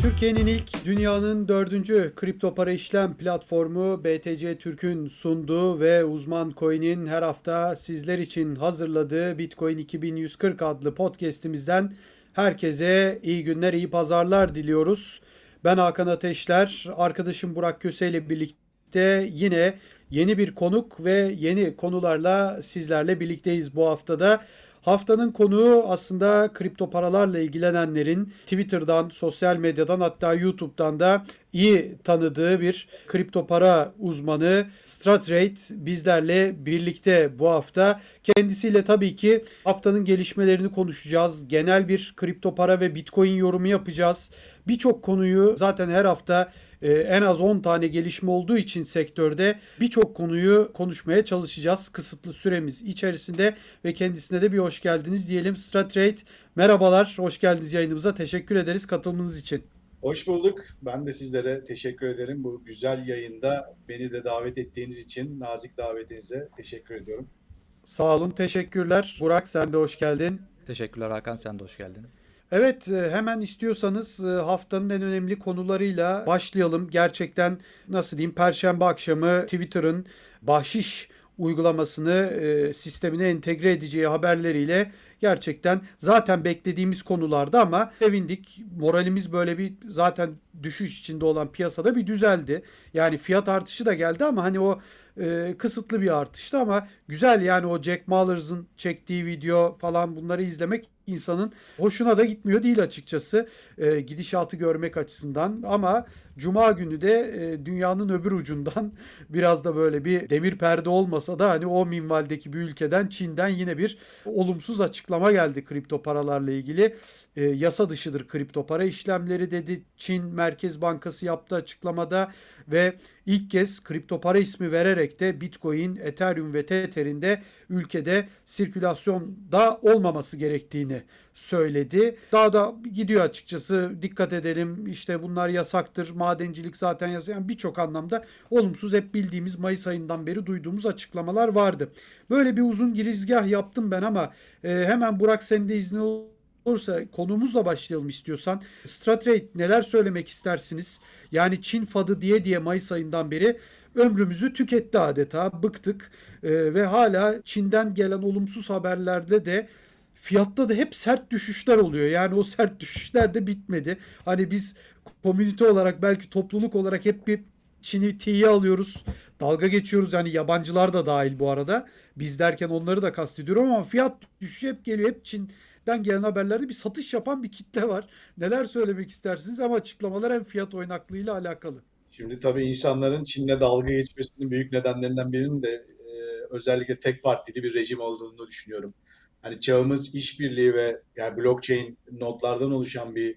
Türkiye'nin ilk, dünyanın dördüncü kripto para işlem platformu BTC Türk'ün sunduğu ve Uzman Coin'in her hafta sizler için hazırladığı Bitcoin 2140 adlı podcast'imizden herkese iyi günler, iyi pazarlar diliyoruz. Ben Hakan Ateşler, arkadaşım Burak Köse ile birlikte yine yeni bir konuk ve yeni konularla sizlerle birlikteyiz bu haftada. Haftanın konuğu aslında kripto paralarla ilgilenenlerin Twitter'dan, sosyal medyadan hatta YouTube'dan da iyi tanıdığı bir kripto para uzmanı Stratrate bizlerle birlikte bu hafta. Kendisiyle tabii ki haftanın gelişmelerini konuşacağız. Genel bir kripto para ve Bitcoin yorumu yapacağız. Birçok konuyu zaten her hafta en az 10 tane gelişme olduğu için sektörde birçok konuyu konuşmaya çalışacağız kısıtlı süremiz içerisinde ve kendisine de bir hoş geldiniz diyelim. Stratrate, merhabalar, hoş geldiniz yayınımıza. Teşekkür ederiz katılımınız için. Hoş bulduk. Ben de sizlere teşekkür ederim. Bu güzel yayında beni de davet ettiğiniz için nazik davetinize teşekkür ediyorum. Sağ olun, teşekkürler. Burak, sen de hoş geldin. Teşekkürler Hakan, sen de hoş geldin. Evet, hemen istiyorsanız haftanın en önemli konularıyla başlayalım. Gerçekten nasıl diyeyim, Perşembe akşamı Twitter'ın bahşiş uygulamasını sistemine entegre edeceği haberleriyle gerçekten zaten beklediğimiz konularda ama sevindik. Moralimiz böyle bir zaten düşüş içinde olan piyasada bir düzeldi. Yani fiyat artışı da geldi ama hani o kısıtlı bir artıştı ama güzel, yani o Jack Mallers' çektiği video falan, bunları izlemek insanın hoşuna da gitmiyor değil açıkçası, gidişatı görmek açısından. Ama Cuma günü de dünyanın öbür ucundan biraz da böyle bir demir perde olmasa da hani o minvaldeki bir ülkeden, Çin'den yine bir olumsuz açıklama geldi kripto paralarla ilgili. Yasa dışıdır kripto para işlemleri dedi Çin Merkez Bankası yaptığı açıklamada ve ilk kez kripto para ismi vererek de Bitcoin, Ethereum ve Tether'in de ülkede sirkülasyonda olmaması gerektiğini söyledi. Daha da gidiyor açıkçası, dikkat edelim işte bunlar yasaktır, madencilik zaten yasak, yani birçok anlamda olumsuz, hep bildiğimiz Mayıs ayından beri duyduğumuz açıklamalar vardı. Böyle bir uzun girizgah yaptım ben ama hemen Burak, senin de izni olursa konumuzla başlayalım istiyorsan. Stratrate, neler söylemek istersiniz? Yani Çin fadı diye diye Mayıs ayından beri ömrümüzü tüketti adeta, bıktık. Ve hala Çin'den gelen olumsuz haberlerde de fiyatta da hep sert düşüşler oluyor. Yani o sert düşüşler de bitmedi. Hani biz komünite olarak, belki topluluk olarak hep bir Çin'i tiye alıyoruz. Dalga geçiyoruz, yani yabancılar da dahil bu arada. Biz derken onları da kastediyorum ama fiyat düşüşü hep geliyor. Hep Çin'den gelen haberlerde bir satış yapan bir kitle var. Neler söylemek istersiniz? Ama açıklamalar hem fiyat oynaklığıyla alakalı. Şimdi tabii insanların Çin'le dalga geçmesinin büyük nedenlerinden birinin de özellikle tek partili bir rejim olduğunu düşünüyorum. Hani çağımız işbirliği ve yani blockchain nodlardan oluşan bir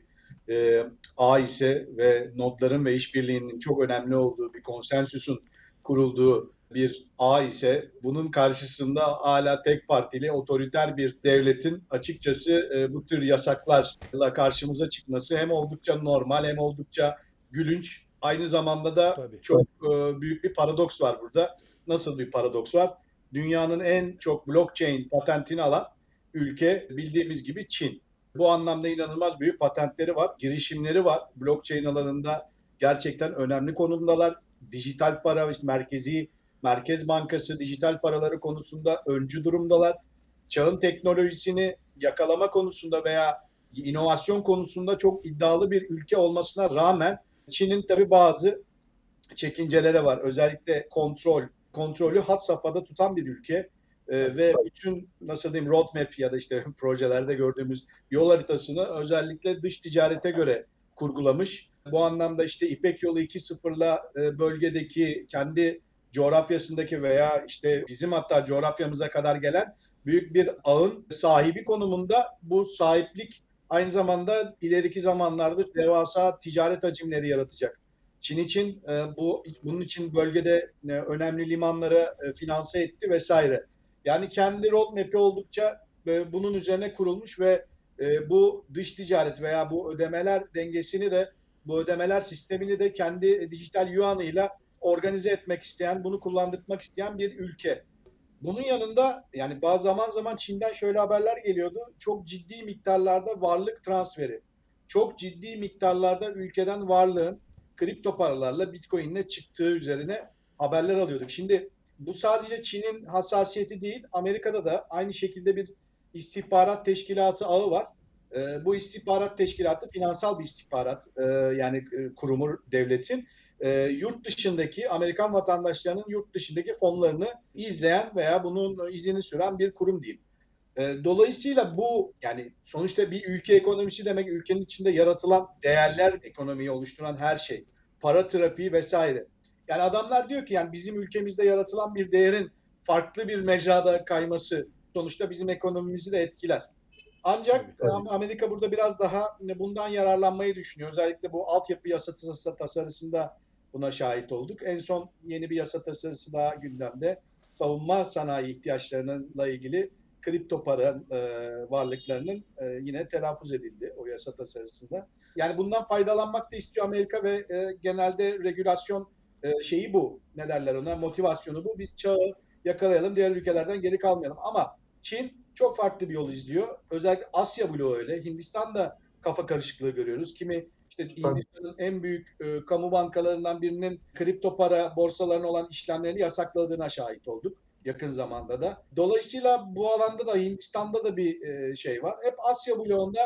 ağ ise ve nodların ve işbirliğinin çok önemli olduğu bir konsensüsün kurulduğu bir ağ ise bunun karşısında hala tek partili otoriter bir devletin açıkçası bu tür yasaklarla karşımıza çıkması hem oldukça normal hem oldukça gülünç. Aynı zamanda da Tabii. çok büyük bir paradoks var burada. Nasıl bir paradoks var? Dünyanın en çok blockchain patentini alan ülke bildiğimiz gibi Çin. Bu anlamda inanılmaz büyük patentleri var, girişimleri var. Blockchain alanında gerçekten önemli konumdalar. Dijital para, işte Merkez Bankası dijital paraları konusunda öncü durumdalar. Çağın teknolojisini yakalama konusunda veya inovasyon konusunda çok iddialı bir ülke olmasına rağmen Çin'in tabii bazı çekinceleri var. Özellikle kontrolü had safhada tutan bir ülke. Ve bütün nasıl diyeyim roadmap ya da işte projelerde gördüğümüz yol haritasını özellikle dış ticarete göre kurgulamış. Bu anlamda işte İpek Yolu 2.0'la bölgedeki kendi coğrafyasındaki veya işte bizim hatta coğrafyamıza kadar gelen büyük bir ağın sahibi konumunda. Bu sahiplik aynı zamanda ileriki zamanlarda devasa ticaret hacimleri yaratacak. Çin için bunun için bölgede önemli limanları finanse etti vesaire. Yani kendi roadmap'i oldukça bunun üzerine kurulmuş ve bu dış ticaret veya bu ödemeler dengesini de, bu ödemeler sistemini de kendi dijital yuanıyla organize etmek isteyen, bunu kullandırmak isteyen bir ülke. Bunun yanında yani zaman zaman Çin'den şöyle haberler geliyordu. Çok ciddi miktarlarda varlık transferi. çok ciddi miktarlarda ülkeden varlığın kripto paralarla Bitcoin'le çıktığı üzerine haberler alıyorduk. Şimdi bu sadece Çin'in hassasiyeti değil, Amerika'da da aynı şekilde bir istihbarat teşkilatı ağı var. Bu istihbarat teşkilatı finansal bir istihbarat yani kurumu devletin yurt dışındaki Amerikan vatandaşlarının yurt dışındaki fonlarını izleyen veya bunun izini süren bir kurum diyeyim. Dolayısıyla bu yani sonuçta bir ülke ekonomisi demek ülkenin içinde yaratılan değerler ekonomiyi oluşturan her şey. Para trafiği vesaire. Yani adamlar diyor ki yani bizim ülkemizde yaratılan bir değerin farklı bir mecrada kayması sonuçta bizim ekonomimizi de etkiler. Ancak Tabii. Amerika burada biraz daha bundan yararlanmayı düşünüyor. Özellikle bu altyapı yasa tasarısında buna şahit olduk. En son yeni bir yasa tasarısı daha gündemde. Savunma sanayi ihtiyaçlarıyla ilgili kripto para varlıklarının yine telaffuz edildi o yasa tasarısında. Yani bundan faydalanmak da istiyor Amerika ve genelde regülasyon şeyi bu. Ne derler ona? Motivasyonu bu. Biz çağı yakalayalım, diğer ülkelerden geri kalmayalım. Ama Çin çok farklı bir yol izliyor. Özellikle Asya bloğu öyle. Hindistan'da kafa karışıklığı görüyoruz. Kimi işte Hindistan'ın en büyük kamu bankalarından birinin kripto para borsalarına olan işlemlerini yasakladığına şahit olduk yakın zamanda da. Dolayısıyla bu alanda da Hindistan'da da bir şey var. Hep Asya bloğunda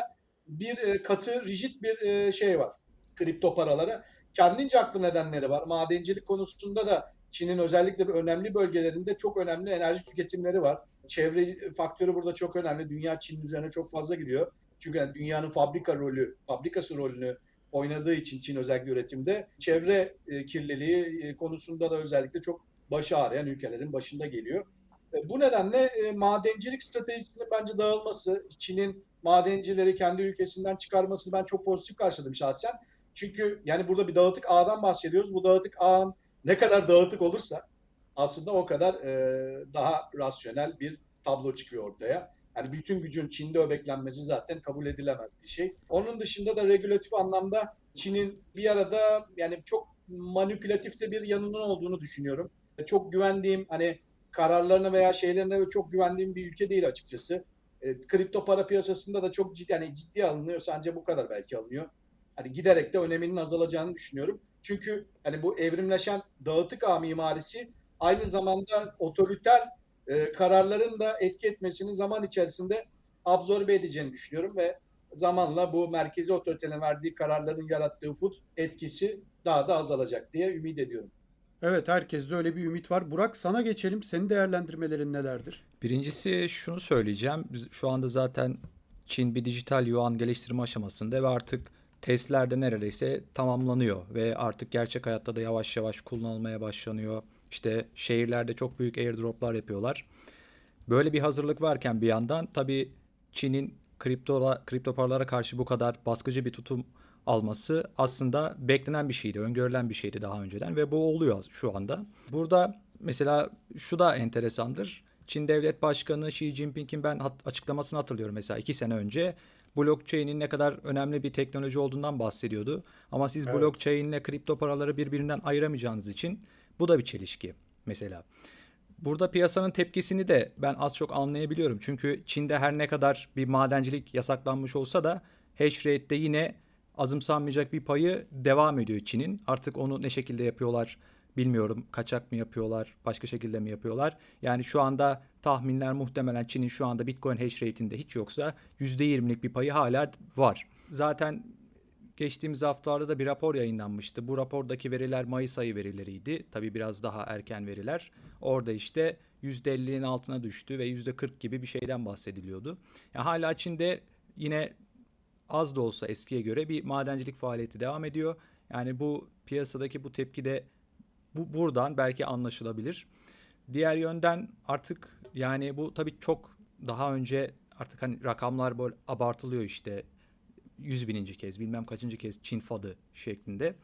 bir katı, rigid bir şey var kripto paralara. Kendince haklı nedenleri var. Madencilik konusunda da Çin'in özellikle önemli bölgelerinde çok önemli enerji tüketimleri var. Çevre faktörü burada çok önemli. Dünya Çin'in üzerine çok fazla gidiyor. Çünkü yani dünyanın fabrikası rolünü oynadığı için Çin özellikle üretimde çevre kirliliği konusunda da özellikle çok başı ağrıyan ülkelerin başında geliyor. Bu nedenle madencilik stratejisinin bence dağılması, Çin'in madencileri kendi ülkesinden çıkarmasını ben çok pozitif karşıladım şahsen. Çünkü yani burada bir dağıtık ağdan bahsediyoruz. Bu dağıtık ağın ne kadar dağıtık olursa aslında o kadar daha rasyonel bir tablo çıkıyor ortaya. Yani bütün gücün Çin'de öbeklenmesi zaten kabul edilemez bir şey. Onun dışında da regülatif anlamda Çin'in bir arada yani çok manipülatif de bir yanının olduğunu düşünüyorum. Çok güvendiğim hani kararlarına veya şeylerine çok güvendiğim bir ülke değil açıkçası. Kripto para piyasasında da çok ciddi yani ciddi alınıyor. Sadece bu kadar belki alınıyor. Hani giderek de öneminin azalacağını düşünüyorum. Çünkü hani bu evrimleşen dağıtık ağ mimarisi aynı zamanda otoriter kararların da etki etmesini zaman içerisinde absorbe edeceğini düşünüyorum ve zamanla bu merkezi otoritenin verdiği kararların yarattığı etkisi daha da azalacak diye ümit ediyorum. Evet, herkeste öyle bir ümit var. Burak, sana geçelim. Senin değerlendirmelerin nelerdir? Birincisi şunu söyleyeceğim. Şu anda zaten Çin bir dijital yuan geliştirme aşamasında ve artık testler de neredeyse tamamlanıyor ve artık gerçek hayatta da yavaş yavaş kullanılmaya başlanıyor. İşte şehirlerde çok büyük airdroplar yapıyorlar. Böyle bir hazırlık varken bir yandan tabii Çin'in kripto paralara karşı bu kadar baskıcı bir tutum alması aslında beklenen bir şeydi, öngörülen bir şeydi daha önceden ve bu oluyor şu anda. Burada mesela şu da enteresandır. Çin Devlet Başkanı Xi Jinping'in ben açıklamasını hatırlıyorum mesela 2 sene önce. Blockchain'in ne kadar önemli bir teknoloji olduğundan bahsediyordu. Ama siz Evet. blockchain ile kripto paraları birbirinden ayıramayacağınız için bu da bir çelişki mesela. Burada piyasanın tepkisini de ben az çok anlayabiliyorum. Çünkü Çin'de her ne kadar bir madencilik yasaklanmış olsa da hash rate'de yine azımsanmayacak bir payı devam ediyor Çin'in. Artık onu ne şekilde yapıyorlar bilmiyorum. Kaçak mı yapıyorlar, başka şekilde mi yapıyorlar? Yani şu anda tahminler muhtemelen Çin'in şu anda Bitcoin hash rate'inde hiç yoksa %20'lik bir payı hala var. Zaten geçtiğimiz haftalarda da bir rapor yayınlanmıştı. Bu rapordaki veriler Mayıs ayı verileriydi. Tabii biraz daha erken veriler. Orada işte %50'nin altına düştü ve %40 gibi bir şeyden bahsediliyordu. Yani hala Çin'de yine az da olsa eskiye göre bir madencilik faaliyeti devam ediyor. Yani bu piyasadaki bu tepki de buradan belki anlaşılabilir. Diğer yönden artık yani bu tabii çok daha önce artık hani rakamlar böyle abartılıyor işte 100.000. kez bilmem kaçıncı kez Çin fadı şeklinde.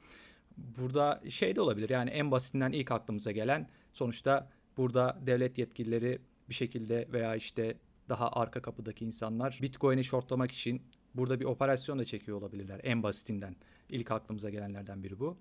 Burada şey de olabilir yani en basitinden ilk aklımıza gelen sonuçta burada devlet yetkilileri bir şekilde veya işte daha arka kapıdaki insanlar Bitcoin'i shortlamak için burada bir operasyon da çekiyor olabilirler en basitinden. İlk aklımıza gelenlerden biri bu.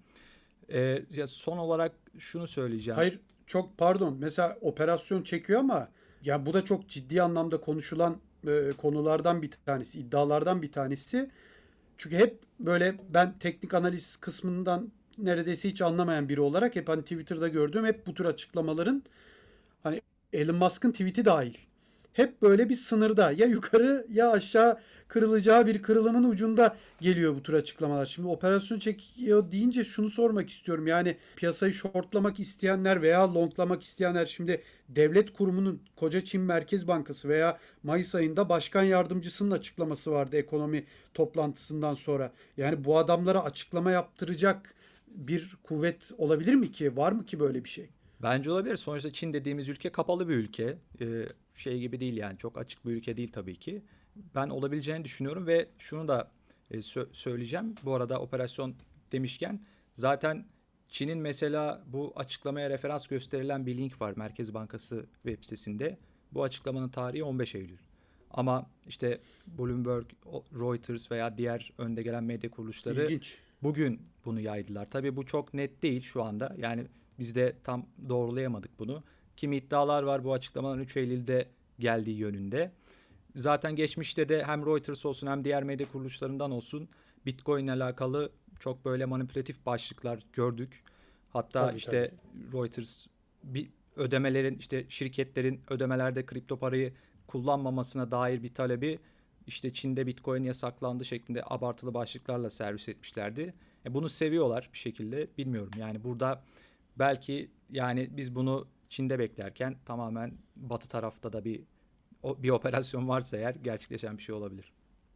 Ya son olarak şunu söyleyeceğim. Hayır, çok pardon. Mesela operasyon çekiyor ama ya bu da çok ciddi anlamda konuşulan konulardan bir tanesi, iddialardan bir tanesi. Çünkü hep böyle ben teknik analiz kısmından neredeyse hiç anlamayan biri olarak hep hani Twitter'da gördüğüm hep bu tür açıklamaların hani Elon Musk'ın tweet'i dahil. Hep böyle bir sınırda ya yukarı ya aşağı kırılacağı bir kırılımın ucunda geliyor bu tür açıklamalar. Şimdi operasyon çekiyor deyince şunu sormak istiyorum. Yani piyasayı shortlamak isteyenler veya longlamak isteyenler şimdi devlet kurumunun koca Çin Merkez Bankası veya Mayıs ayında başkan yardımcısının açıklaması vardı ekonomi toplantısından sonra. Yani bu adamlara açıklama yaptıracak bir kuvvet olabilir mi ki? Var mı ki böyle bir şey? Bence olabilir. Sonuçta Çin dediğimiz ülke kapalı bir ülke. Şey gibi değil yani çok açık bir ülke değil tabii ki. Ben olabileceğini düşünüyorum ve şunu da söyleyeceğim. Bu arada operasyon demişken zaten Çin'in mesela bu açıklamaya referans gösterilen bir link var Merkez Bankası web sitesinde. Bu açıklamanın tarihi 15 Eylül. Ama işte Bloomberg, Reuters veya diğer önde gelen medya kuruluşları İlginç. bugün bunu yaydılar. Tabii bu çok net değil şu anda. Yani biz de tam doğrulayamadık bunu. Kimi iddialar var bu açıklamanın 3 Eylül'de geldiği yönünde. Zaten geçmişte de hem Reuters olsun hem diğer medya kuruluşlarından olsun Bitcoin ile alakalı çok böyle manipülatif başlıklar gördük. Hatta Tabii, işte Reuters bir ödemelerin işte şirketlerin ödemelerde kripto parayı kullanmamasına dair bir talebi işte Çin'de Bitcoin yasaklandı şeklinde abartılı başlıklarla servis etmişlerdi. Bunu seviyorlar bir şekilde bilmiyorum. Yani burada belki yani biz bunu Çin'de beklerken tamamen Batı tarafta da bir operasyon varsa eğer gerçekleşen bir şey olabilir.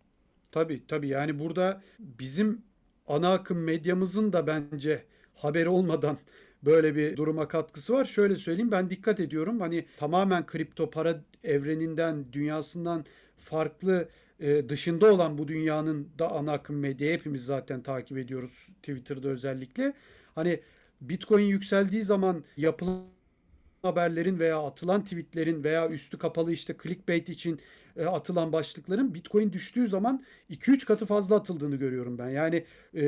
Tabii tabii yani burada bizim ana akım medyamızın da bence haberi olmadan böyle bir duruma katkısı var. Şöyle söyleyeyim ben dikkat ediyorum. Hani tamamen kripto para evreninden, dünyasından farklı dışında olan bu dünyanın da ana akım medya hepimiz zaten takip ediyoruz Twitter'da özellikle. Hani Bitcoin yükseldiği zaman yapılan haberlerin veya atılan tweetlerin veya üstü kapalı işte clickbait için atılan başlıkların Bitcoin düştüğü zaman 2-3 katı fazla atıldığını görüyorum ben. Yani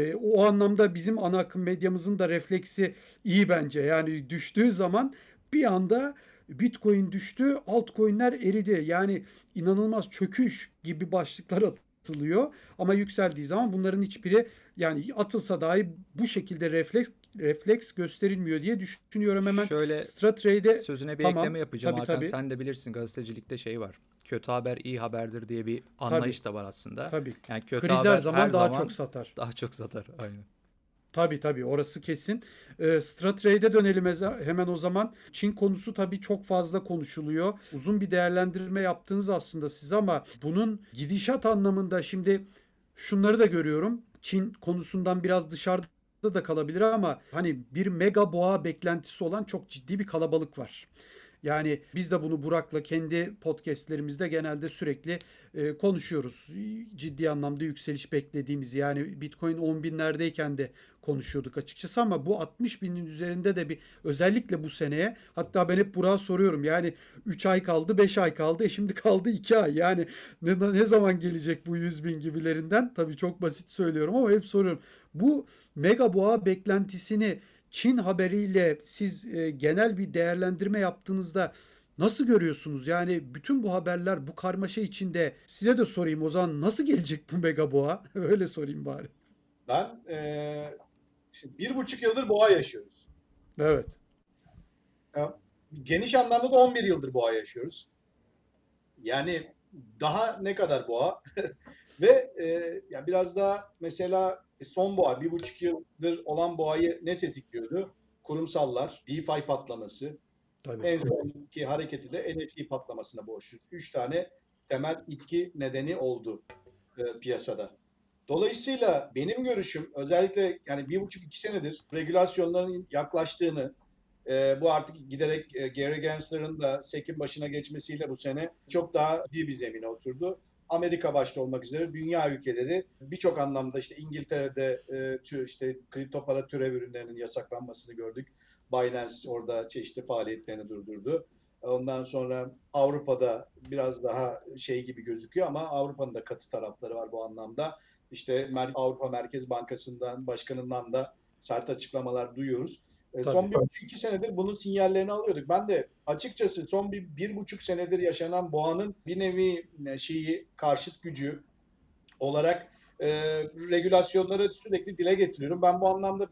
o anlamda bizim ana akım medyamızın da refleksi iyi bence. Yani düştüğü zaman bir anda Bitcoin düştü, altcoin'ler eridi. Yani inanılmaz çöküş gibi başlıklar atılıyor. Ama yükseldiği zaman bunların hiçbiri yani atılsa dahi bu şekilde refleks gösterilmiyor diye düşünüyorum hemen. Şöyle Stratrade'e sözüne bir tamam ekleme yapacağım tabii Hakan. tabii Sen de bilirsin gazetecilikte şey var. Kötü haber iyi haberdir diye bir tabii anlayış da var aslında. tabii. Yani kötü Kriz her haber her zaman daha zaman çok satar. daha çok satar. Aynen. Tabii tabii orası kesin. Stratrade'e dönelim hemen o zaman. Çin konusu tabii çok fazla konuşuluyor. Uzun bir değerlendirme yaptınız aslında siz ama bunun gidişat anlamında şimdi şunları da görüyorum. Çin konusundan biraz dışarıda da kalabilir ama hani bir mega boğa beklentisi olan çok ciddi bir kalabalık var. Yani biz de bunu Burak'la kendi podcastlerimizde genelde sürekli konuşuyoruz. Ciddi anlamda yükseliş beklediğimiz yani Bitcoin 10 binlerdeyken de konuşuyorduk açıkçası ama bu 60 binin üzerinde de bir özellikle bu seneye hatta ben hep Burak'a soruyorum yani 3 ay kaldı 5 ay kaldı şimdi kaldı 2 ay yani ne zaman gelecek bu 100 bin gibilerinden tabii çok basit söylüyorum ama hep soruyorum. Bu mega boğa beklentisini Çin haberiyle siz genel bir değerlendirme yaptığınızda nasıl görüyorsunuz? Yani bütün bu haberler bu karmaşa içinde size de sorayım o zaman nasıl gelecek bu mega boğa? Öyle sorayım bari. Ben şimdi 1,5 yıldır boğa yaşıyoruz. Evet. E, Geniş anlamda da 11 yıldır boğa yaşıyoruz. Yani daha ne kadar boğa? Ve ya biraz daha mesela son boğa 1,5 yıldır olan boğayı ne tetikliyordu? Kurumsallar, DeFi patlaması, Tabii. en sonki hareketi de NFT patlamasına borçluyuz. 3 tane temel itki nedeni oldu piyasada. Dolayısıyla benim görüşüm özellikle yani 1,5-2 senedir regülasyonların yaklaştığını, bu artık giderek Gary Gensler'ın da SEC'in başına geçmesiyle bu sene çok daha ciddi bir zemine oturdu. Amerika başta olmak üzere dünya ülkeleri birçok anlamda işte İngiltere'de işte kripto para türev ürünlerinin yasaklanmasını gördük. Binance orada çeşitli faaliyetlerini durdurdu. Ondan sonra Avrupa'da biraz daha şey gibi gözüküyor ama Avrupa'nın da katı tarafları var bu anlamda. İşte Avrupa Merkez Bankası'ndan, başkanından da sert açıklamalar duyuyoruz. Son Tabii. 1,5-2 senedir bunun sinyallerini alıyorduk. Ben de açıkçası son 1,5 senedir yaşanan boğanın bir nevi karşıt gücü olarak regülasyonları sürekli dile getiriyorum. Ben bu anlamda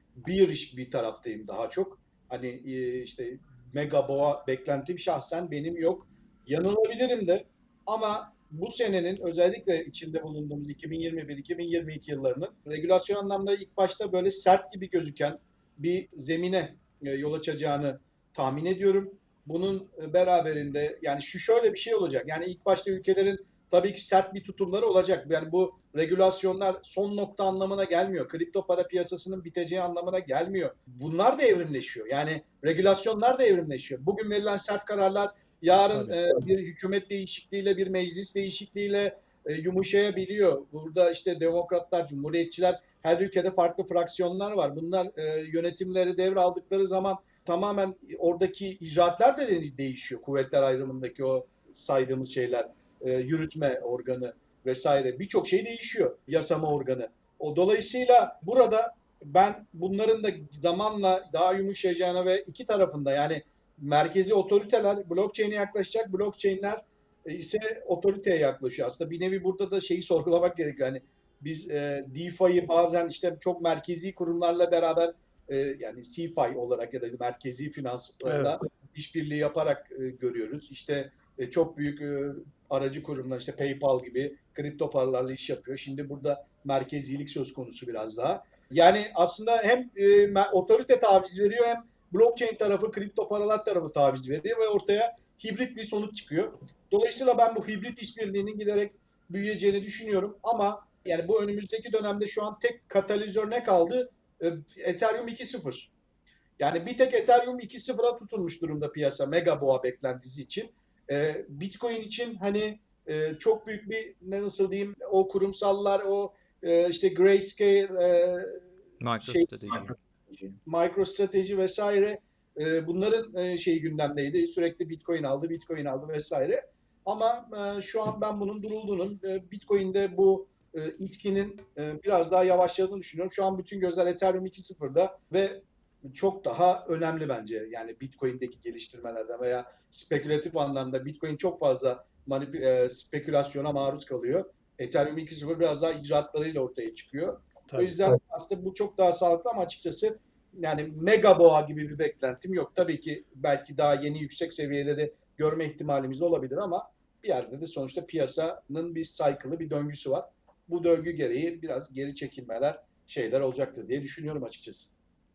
bir taraftayım daha çok. Hani işte mega boğa beklentim şahsen benim yok. Yanılabilirim de ama bu senenin özellikle içinde bulunduğumuz 2021-2022 yıllarının regülasyon anlamda ilk başta böyle sert gibi gözüken bir zemine yol açacağını tahmin ediyorum. Bunun beraberinde yani şöyle bir şey olacak. Yani ilk başta ülkelerin tabii ki sert bir tutumları olacak. Yani bu regülasyonlar son nokta anlamına gelmiyor. Kripto para piyasasının biteceği anlamına gelmiyor. Bunlar da evrimleşiyor. Yani regülasyonlar da evrimleşiyor. Bugün verilen sert kararlar yarın bir hükümet değişikliğiyle, bir meclis değişikliğiyle yumuşayabiliyor. Burada işte demokratlar, cumhuriyetçiler, her ülkede farklı fraksiyonlar var. Bunlar yönetimleri devraldıkları zaman tamamen oradaki icraatlar da değişiyor. Kuvvetler ayrımındaki o saydığımız şeyler, yürütme organı vesaire birçok şey değişiyor. Yasama organı. Dolayısıyla burada ben bunların da zamanla daha yumuşayacağına ve iki tarafında yani merkezi otoriteler blockchain'e yaklaşacak, blockchain'ler ise otoriteye yaklaşıyor. Aslında bir nevi burada da şeyi sorgulamak gerekiyor. Yani biz DeFi'yi bazen işte çok merkezi kurumlarla beraber yani CeFi olarak ya da işte merkezi finansla işbirliği yaparak görüyoruz. İşte çok büyük aracı kurumlar işte PayPal gibi kripto paralarla iş yapıyor. Şimdi burada merkezilik söz konusu biraz daha. Yani aslında hem otorite taviz veriyor hem blockchain tarafı, kripto paralar tarafı taviz veriyor ve ortaya hibrit bir sonuç çıkıyor. Dolayısıyla ben bu hibrit işbirliğinin giderek büyüyeceğini düşünüyorum ama yani bu önümüzdeki dönemde şu an tek katalizör ne kaldı? Ethereum 2.0. Yani bir tek Ethereum 2.0'a tutulmuş durumda piyasa mega boğa beklentisi için. Bitcoin için hani çok büyük bir nasıl diyeyim o kurumsallar o işte Grayscale MicroStrategy vesaire bunların şeyi gündemdeydi. Sürekli Bitcoin aldı vesaire. Ama şu an ben bunun durulduğunun Bitcoin'de bu itkinin biraz daha yavaşladığını düşünüyorum. Şu an bütün gözler Ethereum 2.0'da ve çok daha önemli bence. Yani Bitcoin'deki geliştirmelerden veya spekülatif anlamda Bitcoin çok fazla spekülasyona maruz kalıyor. Ethereum 2.0 biraz daha icraatlarıyla ortaya çıkıyor. Tabii. O yüzden aslında bu çok daha sağlıklı ama açıkçası yani mega boğa gibi bir beklentim yok. Tabii ki belki daha yeni yüksek seviyeleri görme ihtimalimiz olabilir ama bir yerde de sonuçta piyasanın bir cycle'ı, bir döngüsü var. Bu döngü gereği biraz geri çekilmeler şeyler olacaktır diye düşünüyorum açıkçası.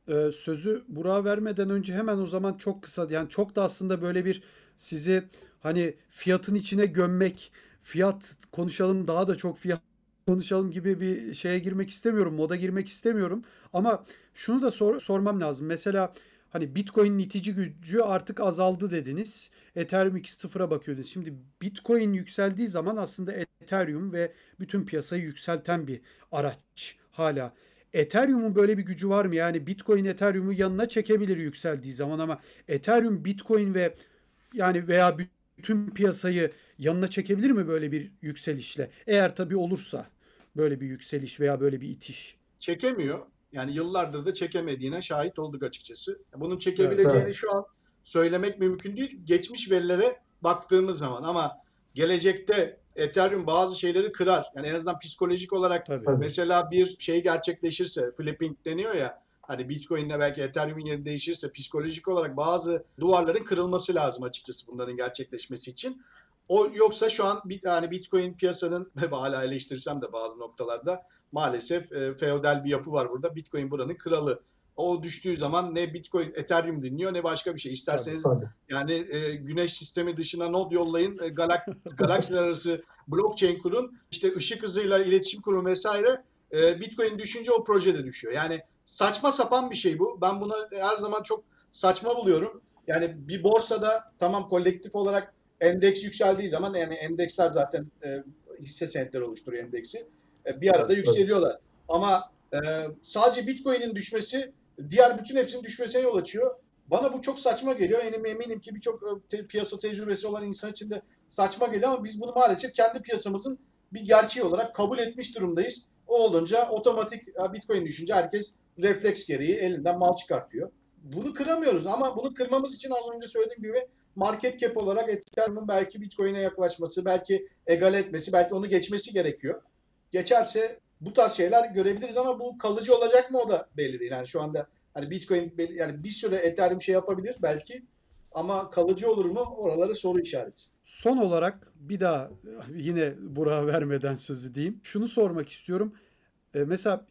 Sözü Burak'a vermeden önce hemen o zaman çok kısa yani çok da aslında böyle bir sizi hani fiyatın içine gömmek, fiyat konuşalım daha da çok fiyat konuşalım gibi bir şeye girmek istemiyorum, moda girmek istemiyorum. Ama şunu da sormam lazım. Mesela hani Bitcoin'in itici gücü artık azaldı dediniz. Ethereum 2.0'a bakıyordunuz. Şimdi Bitcoin yükseldiği zaman aslında Ethereum ve bütün piyasayı yükselten bir araç hala. Ethereum'un böyle bir gücü var mı? Yani Bitcoin Ethereum'u yanına çekebilir yükseldiği zaman ama Ethereum Bitcoin ve yani veya bütün piyasayı yanına çekebilir mi böyle bir yükselişle? Eğer tabii olursa böyle bir yükseliş veya böyle bir itiş. Çekemiyor. Yani yıllardır da çekemediğine şahit olduk açıkçası. Bunun çekebileceğini şu an söylemek mümkün değil. Geçmiş verilere baktığımız zaman ama gelecekte Ethereum bazı şeyleri kırar. Yani en azından psikolojik olarak mesela bir şey gerçekleşirse, flipping deniyor ya, hani Bitcoin'le belki Ethereum'un yeri değişirse psikolojik olarak bazı duvarların kırılması lazım açıkçası bunların gerçekleşmesi için. O yoksa şu an bir tane Bitcoin piyasanın hala eleştirsem de bazı noktalarda maalesef feodal bir yapı var burada. Bitcoin buranın kralı. O düştüğü zaman ne Bitcoin, Ethereum dinliyor ne başka bir şey. İsterseniz yani güneş sistemi dışına node yollayın, galaksiler arası blockchain kurun, işte ışık hızıyla iletişim kurun vesaire. Bitcoin düşünce o projede düşüyor. Yani saçma sapan bir şey bu. Ben bunu her zaman çok saçma buluyorum. Yani bir borsada tamam kolektif olarak endeks yükseldiği zaman yani endeksler zaten hisse senetleri oluşturuyor endeksi. Bir arada yükseliyorlar. Ama sadece Bitcoin'in düşmesi diğer bütün hepsinin düşmesine yol açıyor. Bana bu çok saçma geliyor. Eminim ki birçok piyasa tecrübesi olan insan için de saçma geliyor ama biz bunu maalesef kendi piyasamızın bir gerçeği olarak kabul etmiş durumdayız. O olunca otomatik Bitcoin düşünce herkes refleks gereği elinden mal çıkartıyor. Bunu kıramıyoruz ama bunu kırmamız için az önce söylediğim gibi market cap olarak Ethereum'un belki Bitcoin'e yaklaşması, belki egale etmesi, belki onu geçmesi gerekiyor. Geçerse Bu tarz şeyler görebiliriz ama bu kalıcı olacak mı o da belli değil. Yani şu anda hani Bitcoin yani bir süre Ethereum şey yapabilir belki ama kalıcı olur mu? Oraları soru işareti. Son olarak bir daha yine Burak'a vermeden sözü diyeyim. Şunu sormak istiyorum. Mesela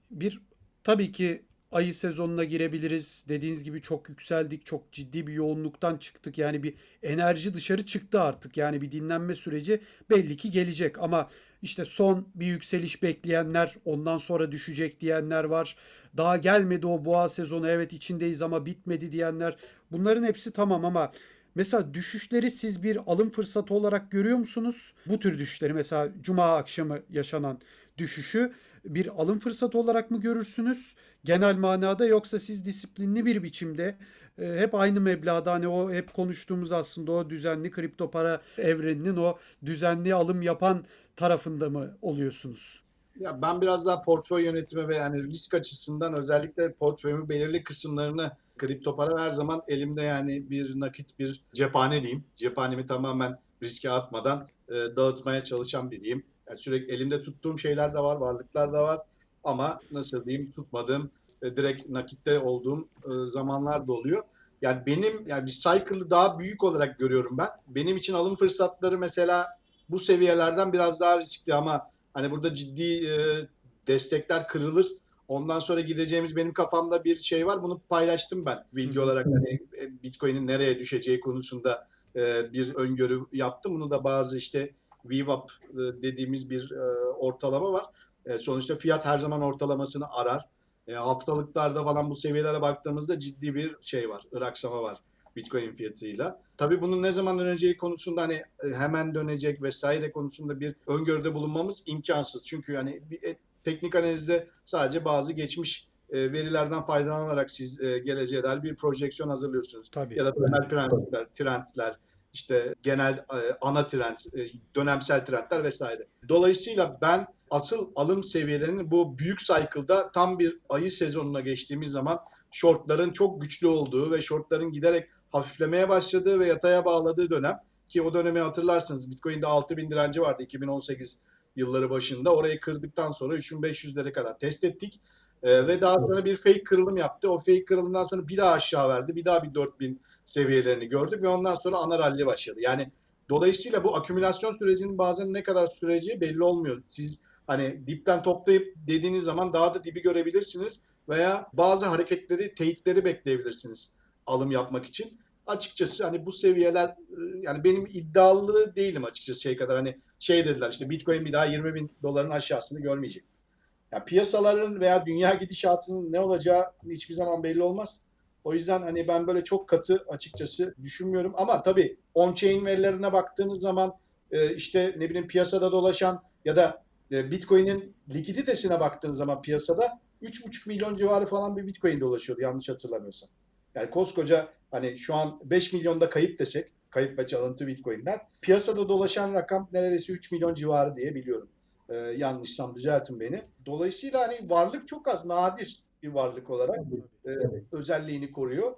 tabii ki ayı sezonuna girebiliriz. Dediğiniz gibi çok yükseldik. Çok ciddi bir yoğunluktan çıktık. Yani bir enerji dışarı çıktı artık. Yani bir dinlenme süreci belli ki gelecek. Ama işte son bir yükseliş bekleyenler, ondan sonra düşecek diyenler var. Daha gelmedi o boğa sezonu. Evet içindeyiz ama bitmedi diyenler. Bunların hepsi tamam ama mesela düşüşleri siz bir alım fırsatı olarak görüyor musunuz? Bu tür düşüşleri mesela cuma akşamı yaşanan düşüşü bir alım fırsatı olarak mı görürsünüz genel manada, yoksa siz disiplinli bir biçimde hep aynı meblağda, hani o hep konuştuğumuz aslında o düzenli kripto para evreninin o düzenli alım yapan tarafında mı oluyorsunuz? Ya ben biraz daha portföy yönetimi ve yani risk açısından özellikle portföyümün belirli kısımlarını kripto para her zaman elimde yani bir nakit bir cephane diyeyim. Cephanemi tamamen riske atmadan dağıtmaya çalışan biriyim. Yani sürekli elimde tuttuğum şeyler de var, varlıklar da var ama nasıl diyeyim tutmadığım direkt nakitte olduğum zamanlar da oluyor. Yani benim yani bir cycle'ı daha büyük olarak görüyorum ben. Benim için alım fırsatları mesela bu seviyelerden biraz daha riskli ama hani burada ciddi destekler kırılır. Ondan sonra gideceğimiz benim kafamda bir şey var. Bunu paylaştım ben Hı bilgi hı. olarak. Hani Bitcoin'in nereye düşeceği konusunda bir öngörü yaptım. Bunu da bazı işte VWAP dediğimiz bir ortalama var. Sonuçta fiyat her zaman ortalamasını arar. Haftalıklarda falan bu seviyelere baktığımızda ciddi bir şey var. Iraksama var Bitcoin fiyatıyla. Tabii bunun ne zaman döneceği konusunda hani hemen dönecek vesaire konusunda bir öngörüde bulunmamız imkansız. Çünkü yani teknik analizde sadece bazı geçmiş verilerden faydalanarak siz geleceğe dair bir projeksiyon hazırlıyorsunuz. Tabii. Ya da temel prensipler, trendler, işte genel ana trend, dönemsel trendler vesaire. Dolayısıyla ben asıl alım seviyelerinin bu büyük cycle'da tam bir ayı sezonuna geçtiğimiz zaman shortların çok güçlü olduğu ve shortların giderek hafiflemeye başladığı ve yataya bağladığı dönem ki o dönemi hatırlarsınız Bitcoin'de 6.000 direnci vardı 2018 yılları başında. Orayı kırdıktan sonra 3.500'lere kadar test ettik. Ve daha sonra bir fake kırılım yaptı. O fake kırılımdan sonra bir daha aşağı verdi. Bir daha bir 4.000 seviyelerini gördük ve ondan sonra ana rally başladı. Yani dolayısıyla bu akümülasyon sürecinin bazen ne kadar süreceği belli olmuyor. Siz hani dipten toplayıp dediğiniz zaman daha da dibi görebilirsiniz veya bazı hareketleri, teyitleri bekleyebilirsiniz alım yapmak için. Açıkçası hani bu seviyeler yani benim iddialı değilim açıkçası şey kadar hani şey dediler işte Bitcoin bir daha 20 bin doların aşağısını görmeyecek. Yani piyasaların veya dünya gidişatının ne olacağı hiçbir zaman belli olmaz. O yüzden hani ben böyle çok katı açıkçası düşünmüyorum. Ama tabii on-chain verilerine baktığınız zaman işte ne bileyim piyasada dolaşan ya da Bitcoin'in likiditesine baktığınız zaman piyasada 3,5 milyon civarı falan bir Bitcoin dolaşıyordu yanlış hatırlamıyorsam. Yani koskoca hani şu an 5 milyonda kayıp desek, kayıp ve çalıntı Bitcoin'ler piyasada dolaşan rakam neredeyse 3 milyon civarı diye biliyorum. Yanlışsam düzeltin beni. Dolayısıyla hani varlık çok az, nadir bir varlık olarak e, özelliğini koruyor.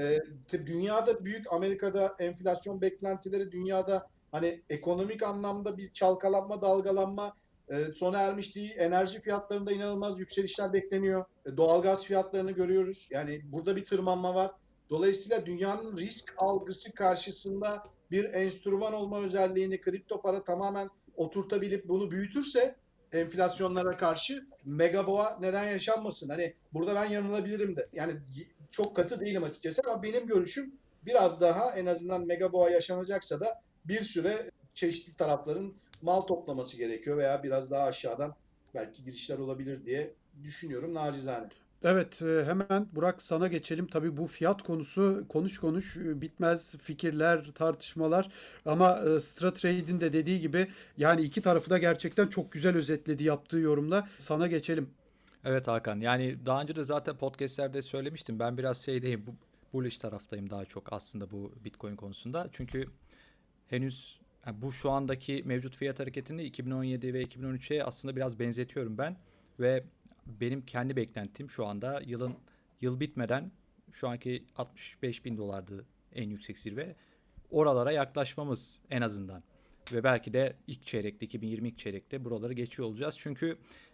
Dünyada büyük Amerika'da enflasyon beklentileri dünyada hani ekonomik anlamda bir çalkalanma, dalgalanma sona ermiş değil. Enerji fiyatlarında inanılmaz yükselişler bekleniyor. Doğalgaz fiyatlarını görüyoruz. Yani burada bir tırmanma var. Dolayısıyla dünyanın risk algısı karşısında bir enstrüman olma özelliğini kripto para tamamen oturtabilip bunu büyütürse enflasyonlara karşı megaboğa neden yaşanmasın? Hani burada ben yanılabilirim de. Yani çok katı değilim açıkçası ama benim görüşüm biraz daha en azından megaboğa yaşanacaksa da bir süre çeşitli tarafların mal toplaması gerekiyor veya biraz daha aşağıdan belki girişler olabilir diye düşünüyorum nacizane. Evet, hemen Burak sana geçelim. Tabii bu fiyat konusu konuş konuş bitmez fikirler, tartışmalar ama Stratrade'in de dediği gibi yani iki tarafı da gerçekten çok güzel özetledi yaptığı yorumla. Sana geçelim. Evet Hakan, yani daha önce de zaten podcastlerde söylemiştim. Ben biraz şeydeyim, bullish taraftayım daha çok aslında bu Bitcoin konusunda. Çünkü henüz yani bu şu andaki mevcut fiyat hareketini 2017 ve 2013'e aslında biraz benzetiyorum ben. Ve benim kendi beklentim şu anda yıl bitmeden şu anki 65 bin dolardı en yüksek zirve. Oralara yaklaşmamız en azından. Ve belki de ilk çeyrekte 2020 ilk çeyrekte buraları geçiyor olacağız. Çünkü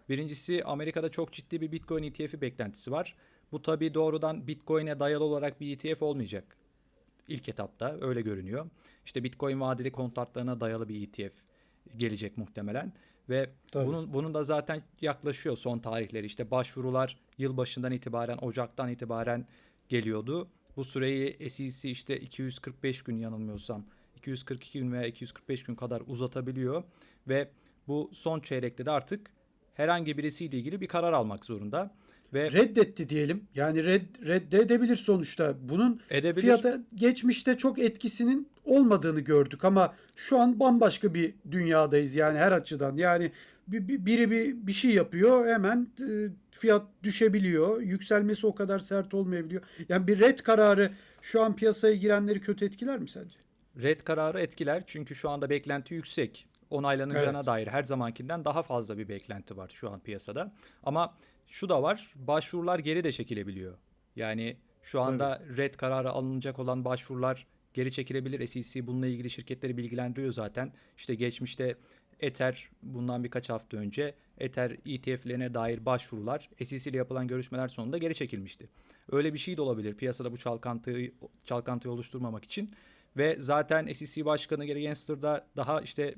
Birincisi, Amerika'da çok ciddi bir Bitcoin ETF'i beklentisi var. Bu tabii doğrudan Bitcoin'e dayalı olarak bir ETF olmayacak. İlk etapta öyle görünüyor. İşte Bitcoin vadeli kontratlarına dayalı bir ETF gelecek muhtemelen ve Tabii. bunun da zaten yaklaşıyor son tarihleri. İşte başvurular yılbaşından itibaren, Ocak'tan itibaren geliyordu. Bu süreyi SEC işte 245 gün, yanılmıyorsam 242 gün veya 245 gün kadar uzatabiliyor ve bu son çeyrekte de artık herhangi birisiyle ilgili bir karar almak zorunda. Ve reddetti diyelim. Yani reddedebilir sonuçta. Bunun edebilir. fiyata geçmişte çok etkisinin olmadığını gördük ama şu an bambaşka bir dünyadayız yani her açıdan. Yani biri bir şey yapıyor, hemen fiyat düşebiliyor. Yükselmesi o kadar sert olmayabiliyor. Yani bir red kararı şu an piyasaya girenleri kötü etkiler mi sence? Red kararı etkiler çünkü şu anda beklenti yüksek. Onaylanacağına Evet. dair her zamankinden daha fazla bir beklenti var şu an piyasada. Ama şu da var, başvurular geri de çekilebiliyor. Yani şu anda red kararı alınacak olan başvurular geri çekilebilir. SEC bununla ilgili şirketleri bilgilendiriyor zaten. İşte geçmişte Ether, bundan birkaç hafta önce Ether ETF'lerine dair başvurular SEC ile yapılan görüşmeler sonunda geri çekilmişti. Öyle bir şey de olabilir piyasada bu çalkantıyı oluşturmamak için. Ve zaten SEC Başkanı Gary Gensler da daha işte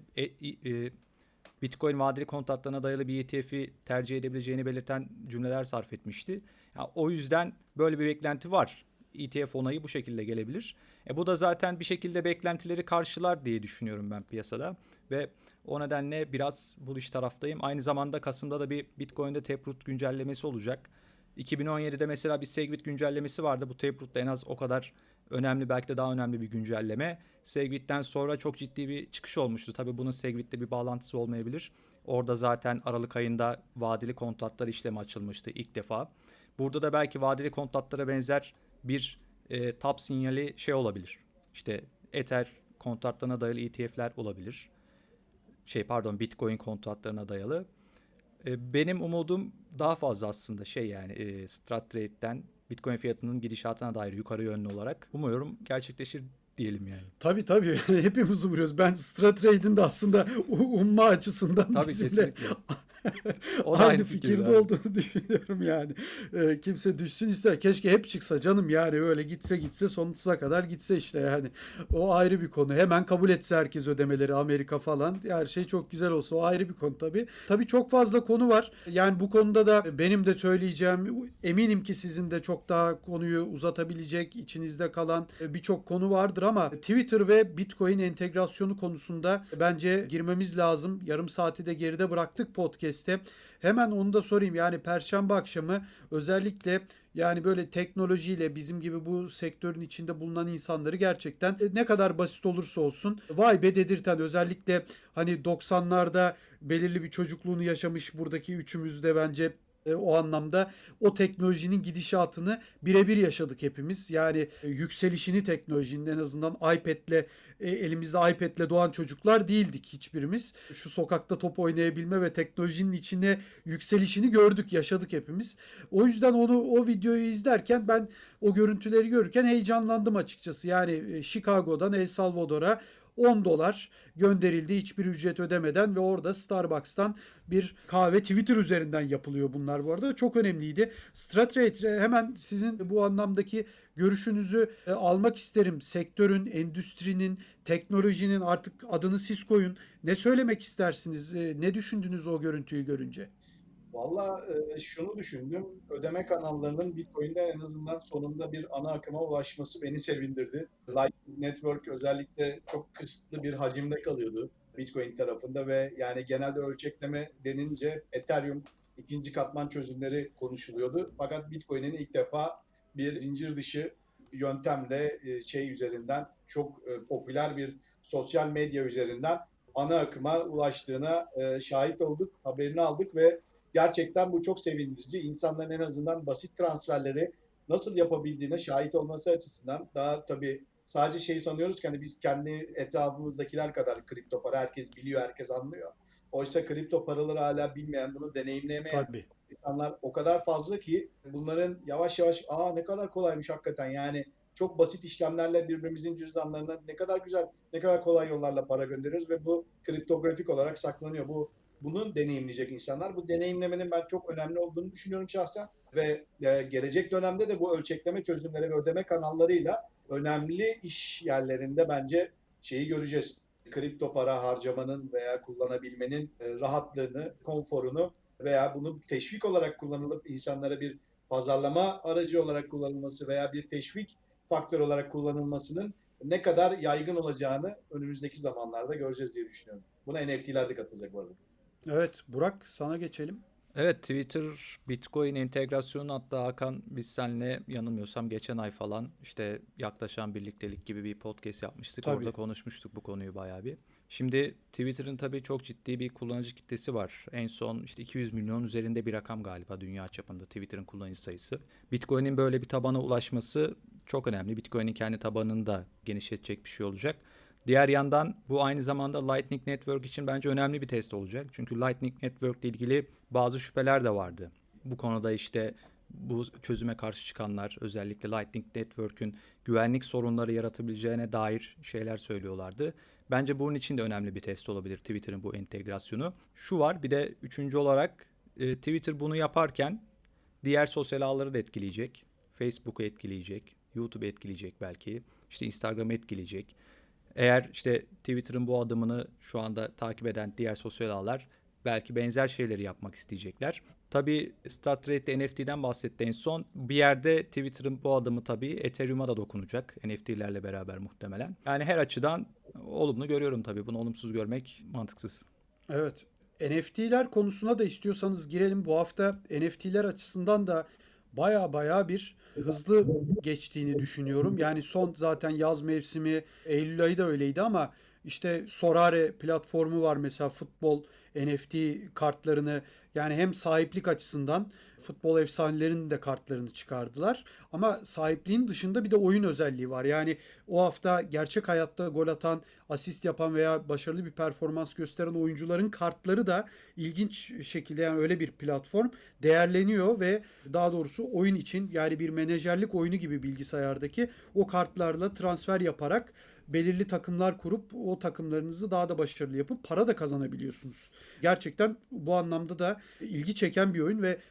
Bitcoin vadeli kontratlarına dayalı bir ETF'i tercih edebileceğini belirten cümleler sarf etmişti. Yani o yüzden böyle bir beklenti var. ETF onayı bu şekilde gelebilir. Bu da zaten bir şekilde beklentileri karşılar diye düşünüyorum ben piyasada. Ve o nedenle biraz bullish taraftayım. Aynı zamanda Kasım'da da bir Bitcoin'de Taproot güncellemesi olacak. 2017'de mesela bir Segwit güncellemesi vardı. Bu Taproot da en az o kadar önemli, belki de daha önemli bir güncelleme. Segwit'ten sonra çok ciddi bir çıkış olmuştu. Tabii bunun Segwit'le bir bağlantısı olmayabilir. Orada zaten Aralık ayında vadeli kontratlar işlemi açılmıştı ilk defa. Burada da belki vadeli kontratlara benzer bir tap sinyali olabilir. İşte Ether kontratlarına dayalı ETF'ler olabilir. Bitcoin kontratlarına dayalı. Benim umudum daha fazla aslında StratTrade'den Bitcoin fiyatının gidişatına dair yukarı yönlü olarak. Umuyorum gerçekleşir diyelim yani. Tabii. Hepimiz umuyoruz. Ben StratTrade'in de aslında umma açısından Tabii, bizimle kesinlikle. O da aynı fikirde olduğunu düşünüyorum yani. Kimse düşsün ister. Keşke hep çıksa canım, yani öyle gitse sonsuza kadar gitse işte yani. O ayrı bir konu. Hemen kabul etse herkes ödemeleri, Amerika falan. Her şey çok güzel olsa o ayrı bir konu tabii. Tabii çok fazla konu var. Yani bu konuda da benim de söyleyeceğim, eminim ki sizin de çok daha konuyu uzatabilecek, içinizde kalan birçok konu vardır ama Twitter ve Bitcoin entegrasyonu konusunda bence girmemiz lazım. Yarım saati de geride bıraktık podcast'te. Hemen onu da sorayım. Yani Perşembe akşamı özellikle yani böyle teknolojiyle bizim gibi bu sektörün içinde bulunan insanları gerçekten ne kadar basit olursa olsun vay be dedirten, özellikle hani 90'larda belirli bir çocukluğunu yaşamış buradaki üçümüz de bence o anlamda o teknolojinin gidişatını birebir yaşadık hepimiz. Yani yükselişini, teknolojinin en azından elimizde iPad'le doğan çocuklar değildik hiçbirimiz. Şu sokakta top oynayabilme ve teknolojinin içine yükselişini gördük, yaşadık hepimiz. O yüzden o videoyu izlerken ben o görüntüleri görürken heyecanlandım açıkçası. Yani Chicago'dan El Salvador'a $10 gönderildi hiçbir ücret ödemeden ve orada Starbucks'tan bir kahve, Twitter üzerinden yapılıyor bunlar bu arada. Çok önemliydi. StratTrade, hemen sizin bu anlamdaki görüşünüzü almak isterim. Sektörün, endüstrinin, teknolojinin, artık adını siz koyun. Ne söylemek istersiniz? Ne düşündünüz o görüntüyü görünce? Valla şunu düşündüm. Ödeme kanallarının Bitcoin'de en azından sonunda bir ana akıma ulaşması beni sevindirdi. Lightning Network özellikle çok kısıtlı bir hacimde kalıyordu Bitcoin tarafında ve yani genelde ölçekleme denince Ethereum ikinci katman çözümleri konuşuluyordu. Fakat Bitcoin'in ilk defa bir zincir dışı yöntemle üzerinden çok popüler bir sosyal medya üzerinden ana akıma ulaştığına şahit olduk, haberini aldık ve gerçekten bu çok sevindirici. İnsanların en azından basit transferleri nasıl yapabildiğine şahit olması açısından, daha tabii sadece sanıyoruz ki hani biz kendi etrafımızdakiler kadar kripto para herkes biliyor, herkes anlıyor. Oysa kripto paraları hala bilmeyen, bunu deneyimleyemeyen Tabii. insanlar o kadar fazla ki bunların yavaş yavaş ne kadar kolaymış hakikaten, yani çok basit işlemlerle birbirimizin cüzdanlarına ne kadar güzel, ne kadar kolay yollarla para gönderiyoruz ve bu kriptografik olarak saklanıyor. Bu Bunu deneyimleyecek insanlar. Bu deneyimlemenin ben çok önemli olduğunu düşünüyorum şahsen. Ve gelecek dönemde de bu ölçekleme çözümleri ve ödeme kanallarıyla önemli iş yerlerinde bence şeyi göreceğiz. Kripto para harcamanın veya kullanabilmenin rahatlığını, konforunu veya bunu teşvik olarak kullanılıp insanlara bir pazarlama aracı olarak kullanılması veya bir teşvik faktörü olarak kullanılmasının ne kadar yaygın olacağını önümüzdeki zamanlarda göreceğiz diye düşünüyorum. Buna NFT'ler de katılacak bu arada. Evet, Burak sana geçelim. Evet, Twitter Bitcoin entegrasyonu, hatta Hakan biz seninle yanılmıyorsam geçen ay falan işte yaklaşan birliktelik gibi bir podcast yapmıştık. Tabii. Orada konuşmuştuk bu konuyu bayağı bir. Şimdi Twitter'ın tabii çok ciddi bir kullanıcı kitlesi var. En son işte 200 milyon üzerinde bir rakam galiba dünya çapında Twitter'ın kullanıcı sayısı. Bitcoin'in böyle bir tabana ulaşması çok önemli. Bitcoin'in kendi tabanını da genişletecek bir şey olacak. Diğer yandan bu aynı zamanda Lightning Network için bence önemli bir test olacak. Çünkü Lightning Network ile ilgili bazı şüpheler de vardı. Bu konuda işte bu çözüme karşı çıkanlar özellikle Lightning Network'ün güvenlik sorunları yaratabileceğine dair şeyler söylüyorlardı. Bence bunun için de önemli bir test olabilir Twitter'ın bu entegrasyonu. Şu var, bir de üçüncü olarak Twitter bunu yaparken diğer sosyal ağları da etkileyecek. Facebook'u etkileyecek, YouTube'u etkileyecek belki, işte Instagram'ı etkileyecek. Eğer işte Twitter'ın bu adımını şu anda takip eden diğer sosyal ağlar belki benzer şeyleri yapmak isteyecekler. Tabii StarTrade'de NFT'den bahsetti en son. Bir yerde Twitter'ın bu adımı tabii Ethereum'a da dokunacak. NFT'lerle beraber muhtemelen. Yani her açıdan olumlu görüyorum tabii. Bunu olumsuz görmek mantıksız. Evet. NFT'ler konusuna da istiyorsanız girelim. Bu hafta NFT'ler açısından da baya bir hızlı geçtiğini düşünüyorum. Yani son zaten yaz mevsimi, Eylül ayı da öyleydi ama işte Sorare platformu var mesela, futbol NFT kartlarını, yani hem sahiplik açısından futbol efsanelerinin de kartlarını çıkardılar. Ama sahipliğin dışında bir de oyun özelliği var. Yani o hafta gerçek hayatta gol atan, asist yapan veya başarılı bir performans gösteren oyuncuların kartları da ilginç şekilde, yani öyle bir platform değerleniyor ve daha doğrusu oyun için, yani bir menajerlik oyunu gibi bilgisayardaki, o kartlarla transfer yaparak belirli takımlar kurup o takımlarınızı daha da başarılı yapıp para da kazanabiliyorsunuz. Gerçekten bu anlamda da ilgi çeken bir oyun ve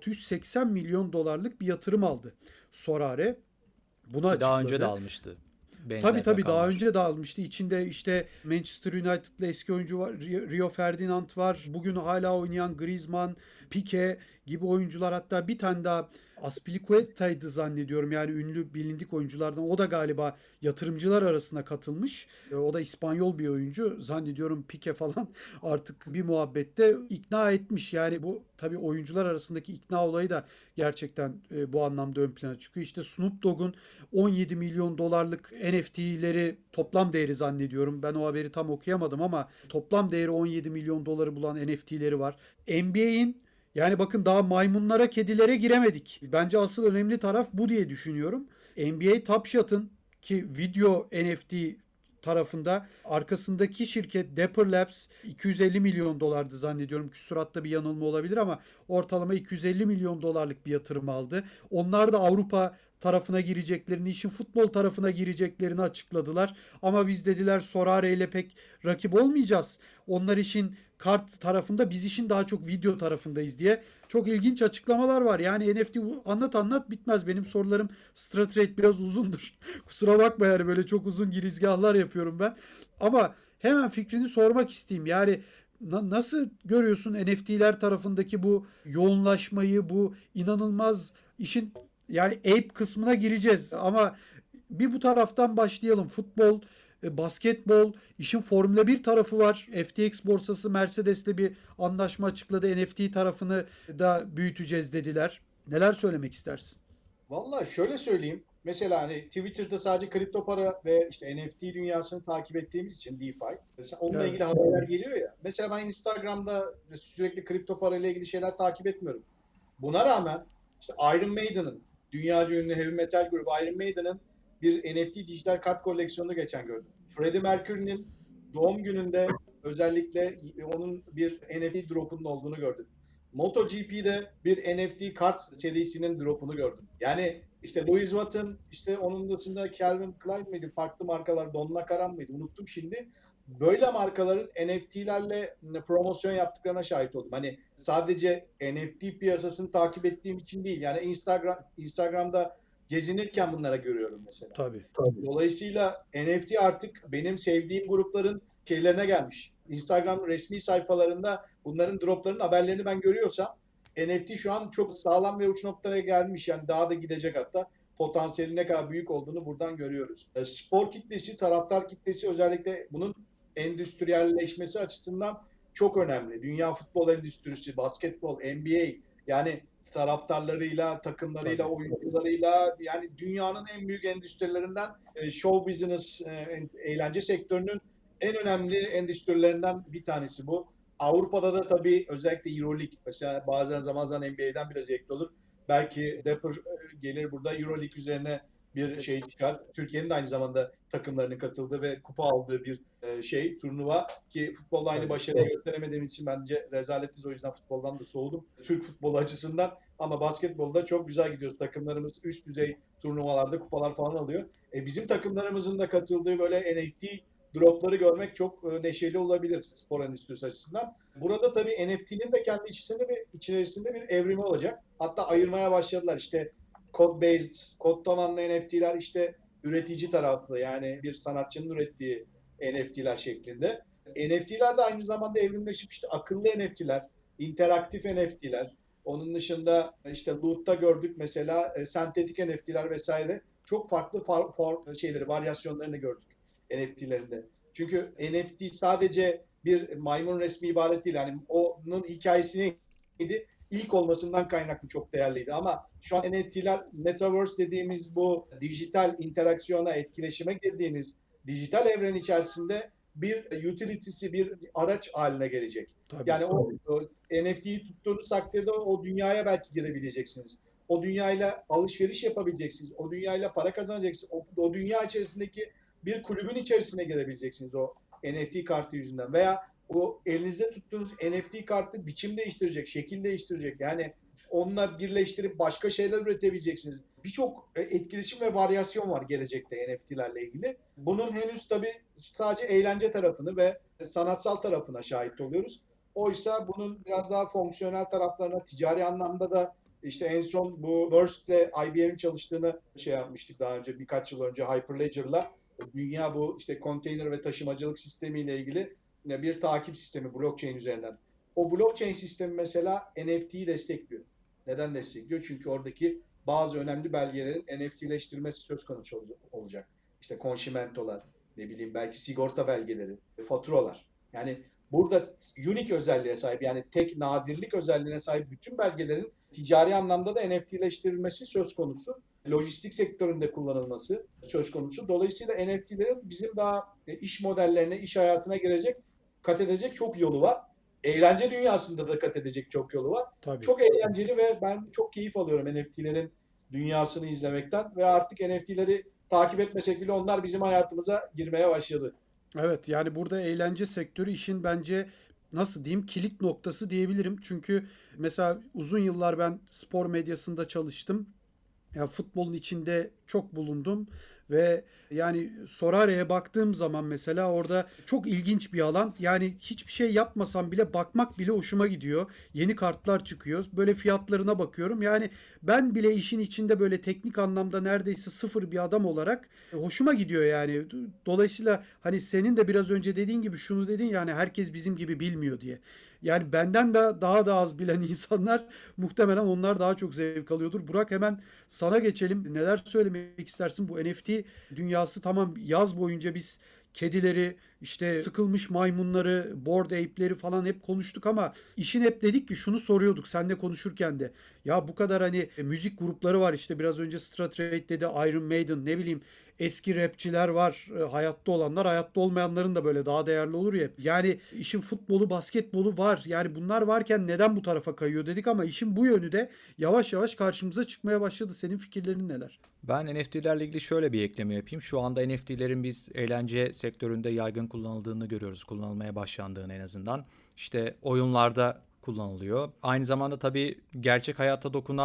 680 milyon dolarlık bir yatırım aldı Sorare. Bunu Ki daha önce de açıkladı. almıştı. Tabii Benzer tabii, daha rakamlar. önce de almıştı. İçinde işte Manchester United'lı eski oyuncu var, Rio Ferdinand var. Bugün hala oynayan Griezmann, Pique gibi oyuncular, hatta bir tane daha Azpilicueta'ydı zannediyorum. Yani ünlü bilindik oyunculardan. O da galiba yatırımcılar arasına katılmış. O da İspanyol bir oyuncu. Zannediyorum Pique falan artık bir muhabbette ikna etmiş. Yani bu tabii oyuncular arasındaki ikna olayı da gerçekten bu anlamda ön plana çıkıyor. İşte Snoop Dogg'un 17 milyon dolarlık NFT'leri toplam değeri zannediyorum. Ben o haberi tam okuyamadım ama toplam değeri 17 milyon doları bulan NFT'leri var. NBA'in, yani bakın, daha maymunlara, kedilere giremedik. Bence asıl önemli taraf bu diye düşünüyorum. NBA Top Shot'ın, ki video NFT tarafında, arkasındaki şirket Dapper Labs 250 milyon dolardı zannediyorum. Küsuratta bir yanılma olabilir ama ortalama 250 milyon dolarlık bir yatırım aldı. Onlar da Avrupa tarafına gireceklerini, işin futbol tarafına gireceklerini açıkladılar. Ama biz dediler Sorare ile pek rakip olmayacağız. Onlar işin kart tarafında, biz işin daha çok video tarafındayız diye çok ilginç açıklamalar var. Yani NFT anlat bitmez. Benim sorularım StarTrade biraz uzundur. Kusura bakma, yani böyle çok uzun girizgahlar yapıyorum ben. Ama hemen fikrini sormak isteyeyim. Yani nasıl görüyorsun NFT'ler tarafındaki bu yoğunlaşmayı, bu inanılmaz işin, yani ape kısmına gireceğiz ama bir bu taraftan başlayalım. Futbol, basketbol, işin Formula 1 tarafı var. FTX borsası Mercedes'le bir anlaşma açıkladı. NFT tarafını da büyüteceğiz dediler. Neler söylemek istersin? Vallahi şöyle söyleyeyim. Mesela hani Twitter'da sadece kripto para ve işte NFT dünyasını takip ettiğimiz için DeFi. Mesela onunla Evet. ilgili haberler geliyor ya. Mesela ben Instagram'da sürekli kripto para ile ilgili şeyler takip etmiyorum. Buna rağmen işte Iron Maiden'ın, dünyaca ünlü heavy metal grubu Iron Maiden'ın bir NFT dijital kart koleksiyonunu geçen gördüm. Freddie Mercury'nin doğum gününde özellikle onun bir NFT drop'unun olduğunu gördüm. MotoGP'de bir NFT kart serisinin drop'unu gördüm. Yani İşte Louis Vuitton, işte onun dışında Calvin Klein miydi? Farklı markalar, Donna Karan mıydı? Unuttum şimdi. Böyle markaların NFT'lerle promosyon yaptıklarına şahit oldum. Hani sadece NFT piyasasını takip ettiğim için değil. Yani Instagram'da gezinirken bunlara görüyorum mesela. Tabii. Dolayısıyla NFT artık benim sevdiğim grupların şeylerine gelmiş. Instagram resmi sayfalarında bunların droplarının haberlerini ben görüyorsam NFT şu an çok sağlam ve uç noktaya gelmiş. Yani daha da gidecek hatta. Potansiyelin ne kadar büyük olduğunu buradan görüyoruz. Spor kitlesi, taraftar kitlesi özellikle bunun endüstriyelleşmesi açısından çok önemli. Dünya futbol endüstrisi, basketbol, NBA yani taraftarlarıyla, takımlarıyla, Tabii. oyuncularıyla yani dünyanın en büyük endüstrilerinden show business, eğlence sektörünün en önemli endüstrilerinden bir tanesi bu. Avrupa'da da tabii özellikle Euroleague mesela bazen zaman zaman NBA'den bile zevkli olur. Belki Dapper gelir burada Euroleague üzerine bir şey çıkar. Türkiye'nin de aynı zamanda takımlarının katıldığı ve kupa aldığı bir turnuva ki futbolda aynı başarıyı gösteremediğimiz için bence rezaletiz, o yüzden futboldan da soğudum. Türk futbolu açısından ama basketbolda çok güzel gidiyoruz. Takımlarımız üst düzey turnuvalarda kupalar falan alıyor. Bizim takımlarımızın da katıldığı böyle NFT dropları görmek çok neşeli olabilir spor endüstrisi açısından. Burada tabii NFT'nin de kendi içerisinde bir evrimi olacak. Hatta ayırmaya başladılar. İşte code based, kod tabanlı NFT'ler işte üretici taraflı yani bir sanatçının ürettiği NFT'ler şeklinde. NFT'ler de aynı zamanda evrimleşip işte akıllı NFT'ler, interaktif NFT'ler, onun dışında işte Loot'ta gördük mesela sentetik NFT'ler vesaire çok farklı varyasyonlarını gördük NFT'lerinde. Çünkü NFT sadece bir maymun resmi ibaret değil. Yani onun hikayesi neydi? İlk olmasından kaynaklı çok değerliydi. Ama şu an NFT'ler Metaverse dediğimiz bu dijital interaksiyona, etkileşime girdiğimiz dijital evren içerisinde bir utility'si, bir araç haline gelecek. Tabii. Yani o NFT'yi tuttuğunuz takdirde o dünyaya belki girebileceksiniz. O dünyayla alışveriş yapabileceksiniz. O dünyayla para kazanacaksınız. O dünya içerisindeki bir kulübün içerisine girebileceksiniz o NFT kartı yüzünden. Veya o elinizde tuttuğunuz NFT kartı biçim değiştirecek, şekil değiştirecek. Yani onunla birleştirip başka şeyler üretebileceksiniz. Birçok etkileşim ve varyasyon var gelecekte NFT'lerle ilgili. Bunun henüz tabii sadece eğlence tarafını ve sanatsal tarafına şahit oluyoruz. Oysa bunun biraz daha fonksiyonel taraflarına, ticari anlamda da işte en son bu Burst'le IBM'in çalıştığını yapmıştık daha önce birkaç yıl önce Hyperledger'la. Dünya bu işte konteyner ve taşımacılık sistemiyle ilgili bir takip sistemi blockchain üzerinden. O blockchain sistemi mesela NFT'yi destekliyor. Neden destekliyor? Çünkü oradaki bazı önemli belgelerin NFT'leştirilmesi söz konusu olacak. İşte konşimentolar, ne bileyim belki sigorta belgeleri, faturalar. Yani burada unique özelliğe sahip yani tek nadirlik özelliğine sahip bütün belgelerin ticari anlamda da NFT'leştirilmesi söz konusu. Lojistik sektöründe kullanılması söz konusu. Dolayısıyla NFT'lerin bizim daha iş modellerine, iş hayatına girecek, kat edecek çok yolu var. Eğlence dünyasında da kat edecek çok yolu var. Tabii. Çok eğlenceli ve ben çok keyif alıyorum NFT'lerin dünyasını izlemekten ve artık NFT'leri takip etmesek bile onlar bizim hayatımıza girmeye başladı. Evet, yani burada eğlence sektörü işin bence nasıl diyeyim kilit noktası diyebilirim. Çünkü mesela uzun yıllar ben spor medyasında çalıştım. Ya futbolun içinde çok bulundum ve yani Sorare'ye baktığım zaman mesela orada çok ilginç bir alan. Yani hiçbir şey yapmasam bile bakmak bile hoşuma gidiyor. Yeni kartlar çıkıyor. Böyle fiyatlarına bakıyorum. Yani ben bile işin içinde böyle teknik anlamda neredeyse sıfır bir adam olarak hoşuma gidiyor yani. Dolayısıyla hani senin de biraz önce dediğin gibi şunu dedin yani herkes bizim gibi bilmiyor diye. Yani benden de daha da az bilen insanlar muhtemelen onlar daha çok zevk alıyordur. Burak hemen sana geçelim. Neler söylemek istersin? Bu NFT dünyası tamam yaz boyunca biz kedileri, işte sıkılmış maymunları, bored ape'leri falan hep konuştuk ama işin hep dedik ki şunu soruyorduk seninle konuşurken de. Ya bu kadar hani müzik grupları var işte biraz önce Strathspey dedi, Iron Maiden ne bileyim eski rapçiler var. Hayatta olanlar, hayatta olmayanların da böyle daha değerli olur ya. Yani işin futbolu, basketbolu var. Yani bunlar varken neden bu tarafa kayıyor dedik ama işin bu yönü de yavaş yavaş karşımıza çıkmaya başladı. Senin fikirlerin neler? Ben NFT'lerle ilgili şöyle bir ekleme yapayım. Şu anda NFT'lerin biz eğlence sektöründe yaygın kullanıldığını görüyoruz. Kullanılmaya başlandığını en azından. İşte oyunlarda kullanılıyor. Aynı zamanda tabii gerçek hayata dokunan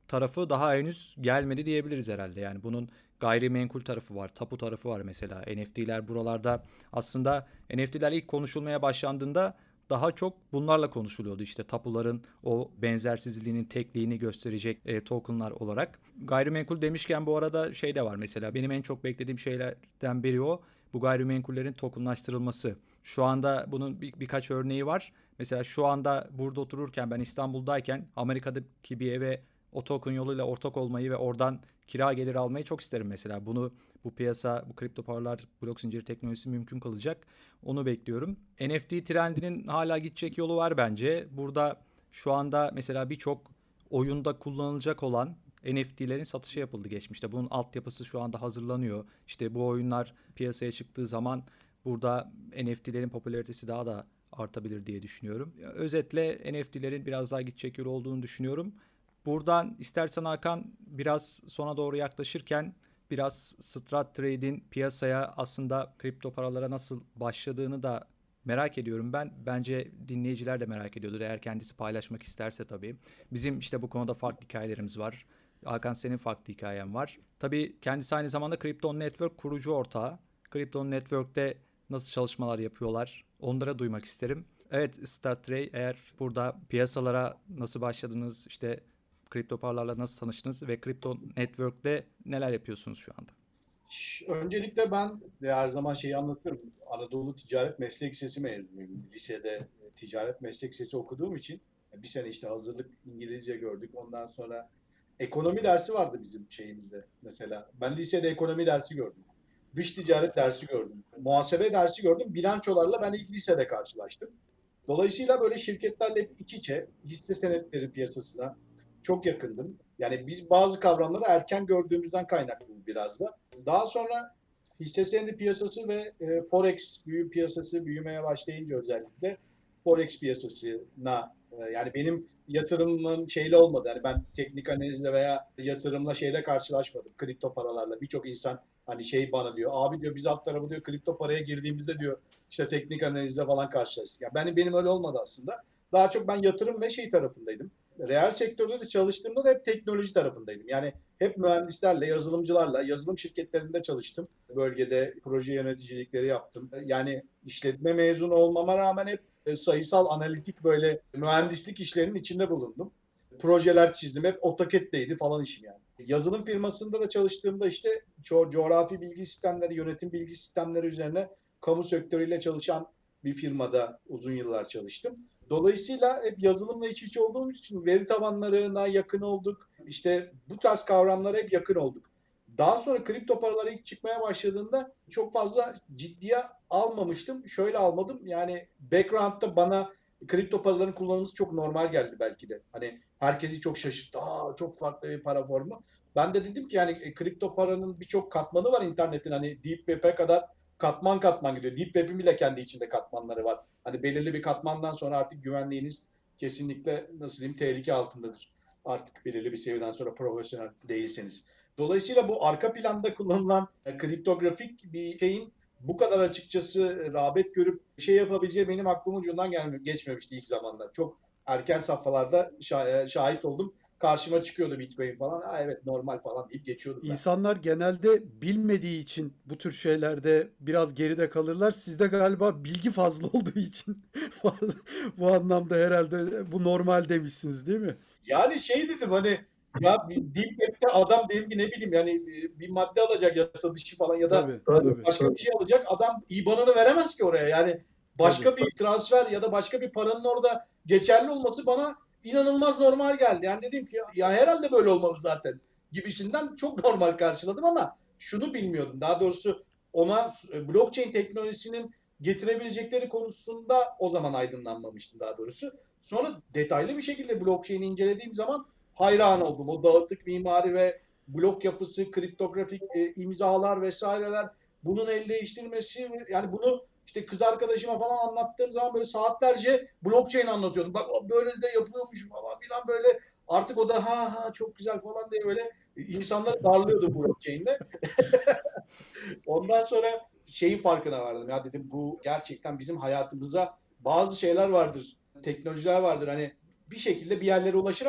tarafı daha henüz gelmedi diyebiliriz herhalde. Yani bunun gayrimenkul tarafı var, tapu tarafı var mesela. NFT'ler buralarda aslında NFT'ler ilk konuşulmaya başlandığında daha çok bunlarla konuşuluyordu. İşte tapuların o benzersizliğinin tekliğini gösterecek tokenlar olarak. Gayrimenkul demişken bu arada şey de var mesela. Benim en çok beklediğim şeylerden biri o. Bu gayrimenkullerin tokenlaştırılması. Şu anda bunun birkaç örneği var. Mesela şu anda burada otururken ben İstanbul'dayken Amerika'daki bir eve o token yoluyla ortak olmayı ve oradan kira geliri almayı çok isterim mesela. Bunu bu piyasa, bu kripto paralar, blok zinciri teknolojisi mümkün kalacak. Onu bekliyorum. NFT trendinin hala gidecek yolu var bence. Burada şu anda mesela birçok oyunda kullanılacak olan NFT'lerin satışı yapıldı geçmişte. Bunun altyapısı şu anda hazırlanıyor. İşte bu oyunlar piyasaya çıktığı zaman burada NFT'lerin popülaritesi daha da artabilir diye düşünüyorum. Özetle NFT'lerin biraz daha gidecek yolu olduğunu düşünüyorum. Buradan istersen Hakan biraz sona doğru yaklaşırken biraz Strat-Trade'in piyasaya aslında kripto paralara nasıl başladığını da merak ediyorum ben. Bence dinleyiciler de merak ediyordur eğer kendisi paylaşmak isterse tabii. Bizim işte bu konuda farklı hikayelerimiz var. Hakan senin farklı hikayen var. Tabii kendisi aynı zamanda Krypton Network kurucu ortağı. Krypton Network'te nasıl çalışmalar yapıyorlar onlara duymak isterim. Evet Strat-Trade eğer burada piyasalara nasıl başladınız işte kripto paralarla nasıl tanıştınız ve Krypton Network'te neler yapıyorsunuz şu anda? Öncelikle ben de her zaman şeyi anlatıyorum. Anadolu Ticaret Meslek Lisesi mezunuyum. Lisede ticaret meslek lisesi okuduğum için bir sene işte hazırlık İngilizce gördük. Ondan sonra ekonomi dersi vardı bizim şeyimizde mesela. Ben lisede ekonomi dersi gördüm. Dış ticaret dersi gördüm. Muhasebe dersi gördüm. Bilançolarla ben ilk lisede karşılaştım. Dolayısıyla böyle şirketlerle hep iç içe hisse senetleri piyasasına çok yakındım. Yani biz bazı kavramları erken gördüğümüzden kaynaklı biraz da. Daha sonra hisse senedi piyasası ve Forex piyasası büyümeye başlayınca özellikle Forex piyasasına yani benim yatırımım şeyle olmadı. Yani ben teknik analizle veya yatırımla şeyle karşılaşmadım. Kripto paralarla. Birçok insan hani şey bana diyor. Abi diyor biz alt tarafı diyor kripto paraya girdiğimizde diyor işte teknik analizle falan karşılaştık. Yani benim öyle olmadı aslında. Daha çok ben yatırım ve şey tarafındaydım. Reel sektörde de çalıştığımda da hep teknoloji tarafındaydım. Yani hep mühendislerle, yazılımcılarla, yazılım şirketlerinde çalıştım. Bölgede proje yöneticilikleri yaptım. Yani işletme mezunu olmama rağmen hep sayısal, analitik böyle mühendislik işlerinin içinde bulundum. Projeler çizdim. Hep AutoCAD'deydi falan işim yani. Yazılım firmasında da çalıştığımda işte coğrafi bilgi sistemleri, yönetim bilgi sistemleri üzerine kamu sektörüyle çalışan bir firmada uzun yıllar çalıştım. Dolayısıyla hep yazılımla iç içe olduğumuz için veri tabanlarına yakın olduk. İşte bu tarz kavramlara hep yakın olduk. Daha sonra kripto paralar ilk çıkmaya başladığında çok fazla ciddiye almamıştım. Şöyle almadım. Yani background'da bana kripto paraların kullanılması çok normal geldi belki de. Hani herkesi çok şaşırttı. Çok farklı bir para formu. Ben de dedim ki yani kripto paranın birçok katmanı var internetin. Hani Deep Web'e kadar katman katman gidiyor. Deep Web'in bile kendi içinde katmanları var. Hani belirli bir katmandan sonra artık güvenliğiniz kesinlikle nasıl diyeyim tehlike altındadır. Artık belirli bir seviyeden sonra profesyonel değilseniz. Dolayısıyla bu arka planda kullanılan kriptografik bir şeyin bu kadar açıkçası rağbet görüp şey yapabileceği benim aklımın ucundan geçmemişti ilk zamanlar. Çok erken safhalarda şahit oldum. Karşıma çıkıyordu Bitcoin falan. Evet normal falan deyip geçiyordum ben. İnsanlar genelde bilmediği için bu tür şeylerde biraz geride kalırlar. Sizde galiba bilgi fazla olduğu için bu anlamda herhalde bu normal demişsiniz değil mi? Yani şey dedim hani ya bir Deep Web'de adam diyelim ki ne bileyim yani bir madde alacak yasa dışı falan ya da Tabii, tabii, başka bir şey alacak adam IBAN'ını veremez ki oraya. Yani tabii. başka bir transfer ya da başka bir paranın orada geçerli olması bana inanılmaz normal geldi. Yani dedim ki ya herhalde böyle olmalı zaten gibisinden çok normal karşıladım ama şunu bilmiyordum. Daha doğrusu ona blockchain teknolojisinin getirebilecekleri konusunda o zaman aydınlanmamıştım daha doğrusu. Sonra detaylı bir şekilde blockchain'i incelediğim zaman hayran oldum. O dağıtık mimari ve blok yapısı, kriptografik imzalar vesaireler, bunun el değiştirmesi yani bunu işte kız arkadaşıma falan anlattığım zaman böyle saatlerce blockchain anlatıyordum. Bak böyle de yapıyormuş falan filan böyle artık o da ha çok güzel falan diye böyle insanları darlıyordu blockchain'de. Ondan sonra şeyin farkına vardım. Ya dedim bu gerçekten bizim hayatımıza bazı şeyler vardır. Teknolojiler vardır. Hani bir şekilde bir yerlere ulaşır ama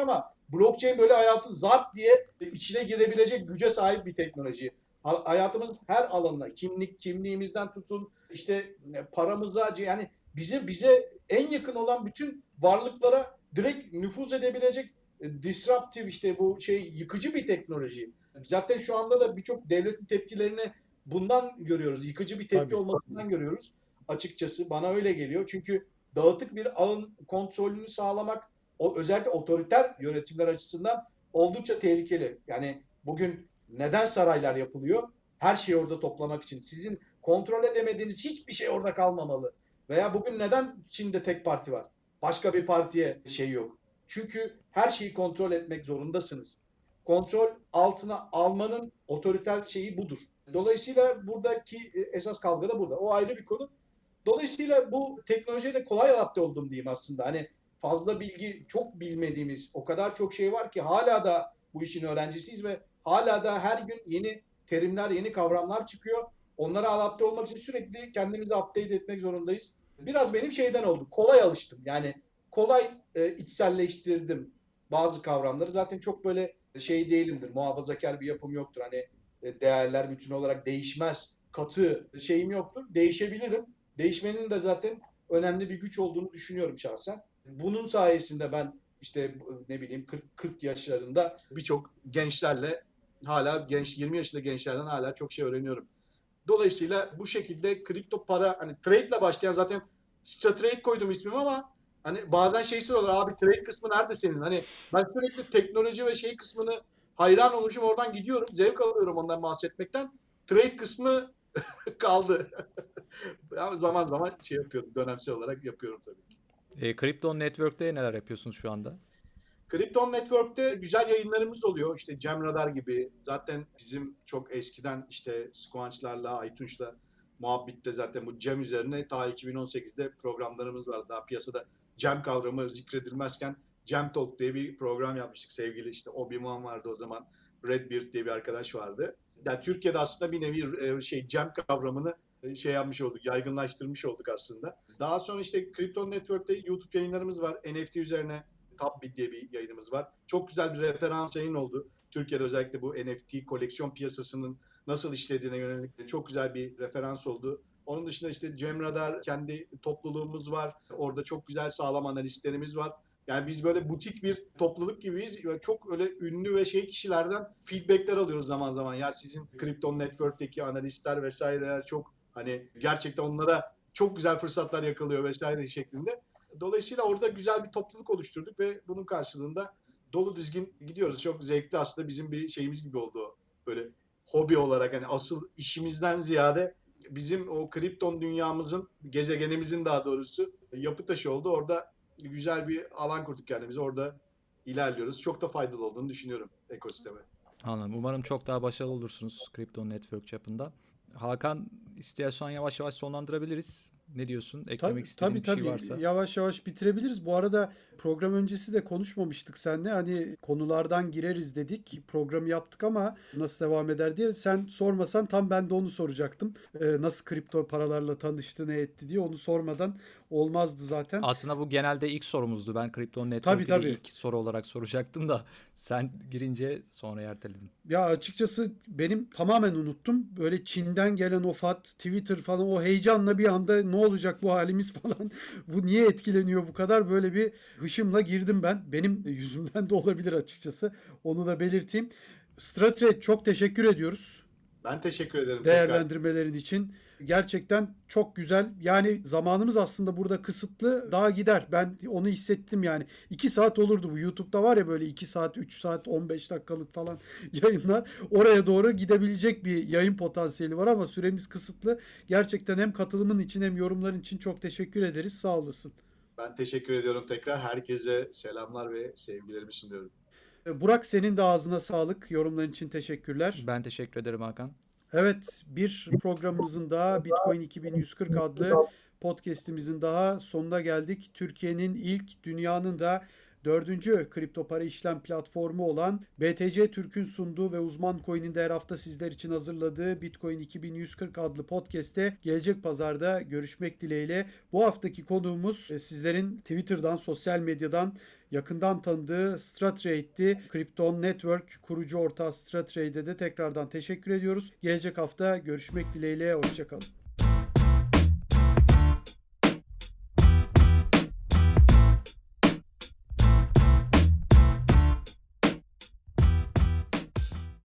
blockchain böyle hayatın zart diye içine girebilecek güce sahip bir teknoloji. Hayatımız her alanına, kimliğimizden tutun, işte paramıza, yani bize en yakın olan bütün varlıklara direkt nüfuz edebilecek disruptive, işte bu yıkıcı bir teknoloji. Zaten şu anda da birçok devletin tepkilerini bundan görüyoruz. Yıkıcı bir tepki olmasından görüyoruz. Açıkçası bana öyle geliyor. Çünkü dağıtık bir ağın kontrolünü sağlamak, özellikle otoriter yönetimler açısından oldukça tehlikeli. Yani bugün neden saraylar yapılıyor? Her şeyi orada toplamak için. Sizin kontrol edemediğiniz hiçbir şey orada kalmamalı. Veya bugün neden Çin'de tek parti var? Başka bir partiye yok. Çünkü her şeyi kontrol etmek zorundasınız. Kontrol altına almanın otoriter şeyi budur. Dolayısıyla buradaki esas kavga da burada. O ayrı bir konu. Dolayısıyla bu teknolojiye de kolay adapte oldum diyeyim aslında. Hani fazla bilgi, çok bilmediğimiz o kadar çok şey var ki hala da bu işin öğrencisiyiz ve hala da her gün yeni terimler, yeni kavramlar çıkıyor. Onlara adapte olmak için sürekli kendimizi update etmek zorundayız. Biraz benim şeyden oldu. Kolay alıştım. Yani kolay içselleştirdim bazı kavramları. Zaten çok böyle değilimdir. Muhafazakar bir yapım yoktur. Hani değerler bütün olarak değişmez. Katı şeyim yoktur. Değişebilirim. Değişmenin de zaten önemli bir güç olduğunu düşünüyorum şahsen. Bunun sayesinde ben işte ne bileyim 40 yaşlarında birçok gençlerle hala 20 yaşında gençlerden hala çok şey öğreniyorum. Dolayısıyla bu şekilde kripto para, hani trade ile başlayan, zaten Stratrade koydum ismimi ama hani bazen soruyorlar, abi trade kısmı nerede senin? Hani ben sürekli teknoloji ve kısmını hayran olmuşum, oradan gidiyorum, zevk alıyorum ondan bahsetmekten. Trade kısmı kaldı. Zaman zaman yapıyorum, dönemsel olarak yapıyorum tabii ki. Krypton Network'te neler yapıyorsunuz şu anda? Krypton Network'te güzel yayınlarımız oluyor. İşte Cem Radar gibi. Zaten bizim çok eskiden işte Squanch'larla, Aytunç'la muhabbitte zaten bu Cem üzerine ta 2018'de programlarımız vardı. Daha piyasada Cem kavramı zikredilmezken Cem Talk diye bir program yapmıştık. Sevgili işte Obi-Wan vardı o zaman. Redbeard diye bir arkadaş vardı. Yani Türkiye'de aslında bir nevi Cem kavramını yapmış olduk, yaygınlaştırmış olduk aslında. Daha sonra işte Krypton Network'te YouTube yayınlarımız var. NFT üzerine Tabbit diye bir yayınımız var. Çok güzel bir referans yayın oldu. Türkiye'de özellikle bu NFT koleksiyon piyasasının nasıl işlediğine yönelik çok güzel bir referans oldu. Onun dışında işte Cem Radar kendi topluluğumuz var. Orada çok güzel sağlam analistlerimiz var. Yani biz böyle butik bir topluluk gibiyiz. Çok öyle ünlü ve kişilerden feedbackler alıyoruz zaman zaman. Ya sizin Krypton Network'teki analistler vesaireler çok, hani gerçekten onlara çok güzel fırsatlar yakalıyor vesaire şeklinde. Dolayısıyla orada güzel bir topluluk oluşturduk ve bunun karşılığında dolu dizgin gidiyoruz. Çok zevkli aslında, bizim bir şeyimiz gibi oldu. Böyle hobi olarak, hani asıl işimizden ziyade bizim o kripton dünyamızın, gezegenimizin daha doğrusu yapı taşı oldu. Orada güzel bir alan kurduk kendimize. Orada ilerliyoruz. Çok da faydalı olduğunu düşünüyorum ekosisteme. Anladım. Umarım çok daha başarılı olursunuz Krypton Network çapında. Hakan, istiyorsan yavaş yavaş sonlandırabiliriz. Ne diyorsun? Eklemek istediğin bir şey varsa. Yavaş yavaş bitirebiliriz. Bu arada program öncesi de konuşmamıştık seninle. Hani konulardan gireriz dedik. Programı yaptık ama nasıl devam eder diye. Sen sormasan tam ben de onu soracaktım. Nasıl kripto paralarla tanıştı, ne etti diye, onu sormadan olmazdı zaten. Aslında bu genelde ilk sorumuzdu. Ben Krypton Network'ü ilk soru olarak soracaktım da sen girince sonra erteledim. Ya açıkçası benim tamamen unuttum. Böyle Çin'den gelen o FAT, Twitter falan, o heyecanla bir anda ne olacak bu halimiz falan. Bu niye etkileniyor bu kadar? Böyle bir hışımla girdim ben. Benim yüzümden de olabilir açıkçası. Onu da belirteyim. Stratrade, çok teşekkür ediyoruz. Ben teşekkür ederim. Değerlendirmelerin için. Gerçekten çok güzel. Yani zamanımız aslında burada kısıtlı. Daha gider. Ben onu hissettim yani. 2 saat olurdu bu. YouTube'da var ya böyle 2 saat, 3 saat, 15 dakikalık falan yayınlar. Oraya doğru gidebilecek bir yayın potansiyeli var ama süremiz kısıtlı. Gerçekten hem katılımın için hem yorumların için çok teşekkür ederiz. Sağ olasın. Ben teşekkür ediyorum tekrar. Herkese selamlar ve sevgilerimi sunuyorum. Burak, senin de ağzına sağlık. Yorumların için teşekkürler. Ben teşekkür ederim Hakan. Evet, bir programımızın daha, Bitcoin 2140 adlı podcast'imizin daha sonuna geldik. Türkiye'nin ilk, dünyanın da Dördüncü kripto para işlem platformu olan BTC Türk'ün sunduğu ve Uzman Coin'in de her hafta sizler için hazırladığı Bitcoin 2140 adlı podcast'te gelecek pazarda görüşmek dileğiyle. Bu haftaki konuğumuz sizlerin Twitter'dan, sosyal medyadan yakından tanıdığı Stratrade'di. Krypton Network kurucu ortağı Stratrade'e de tekrardan teşekkür ediyoruz. Gelecek hafta görüşmek dileğiyle. Hoşçakalın.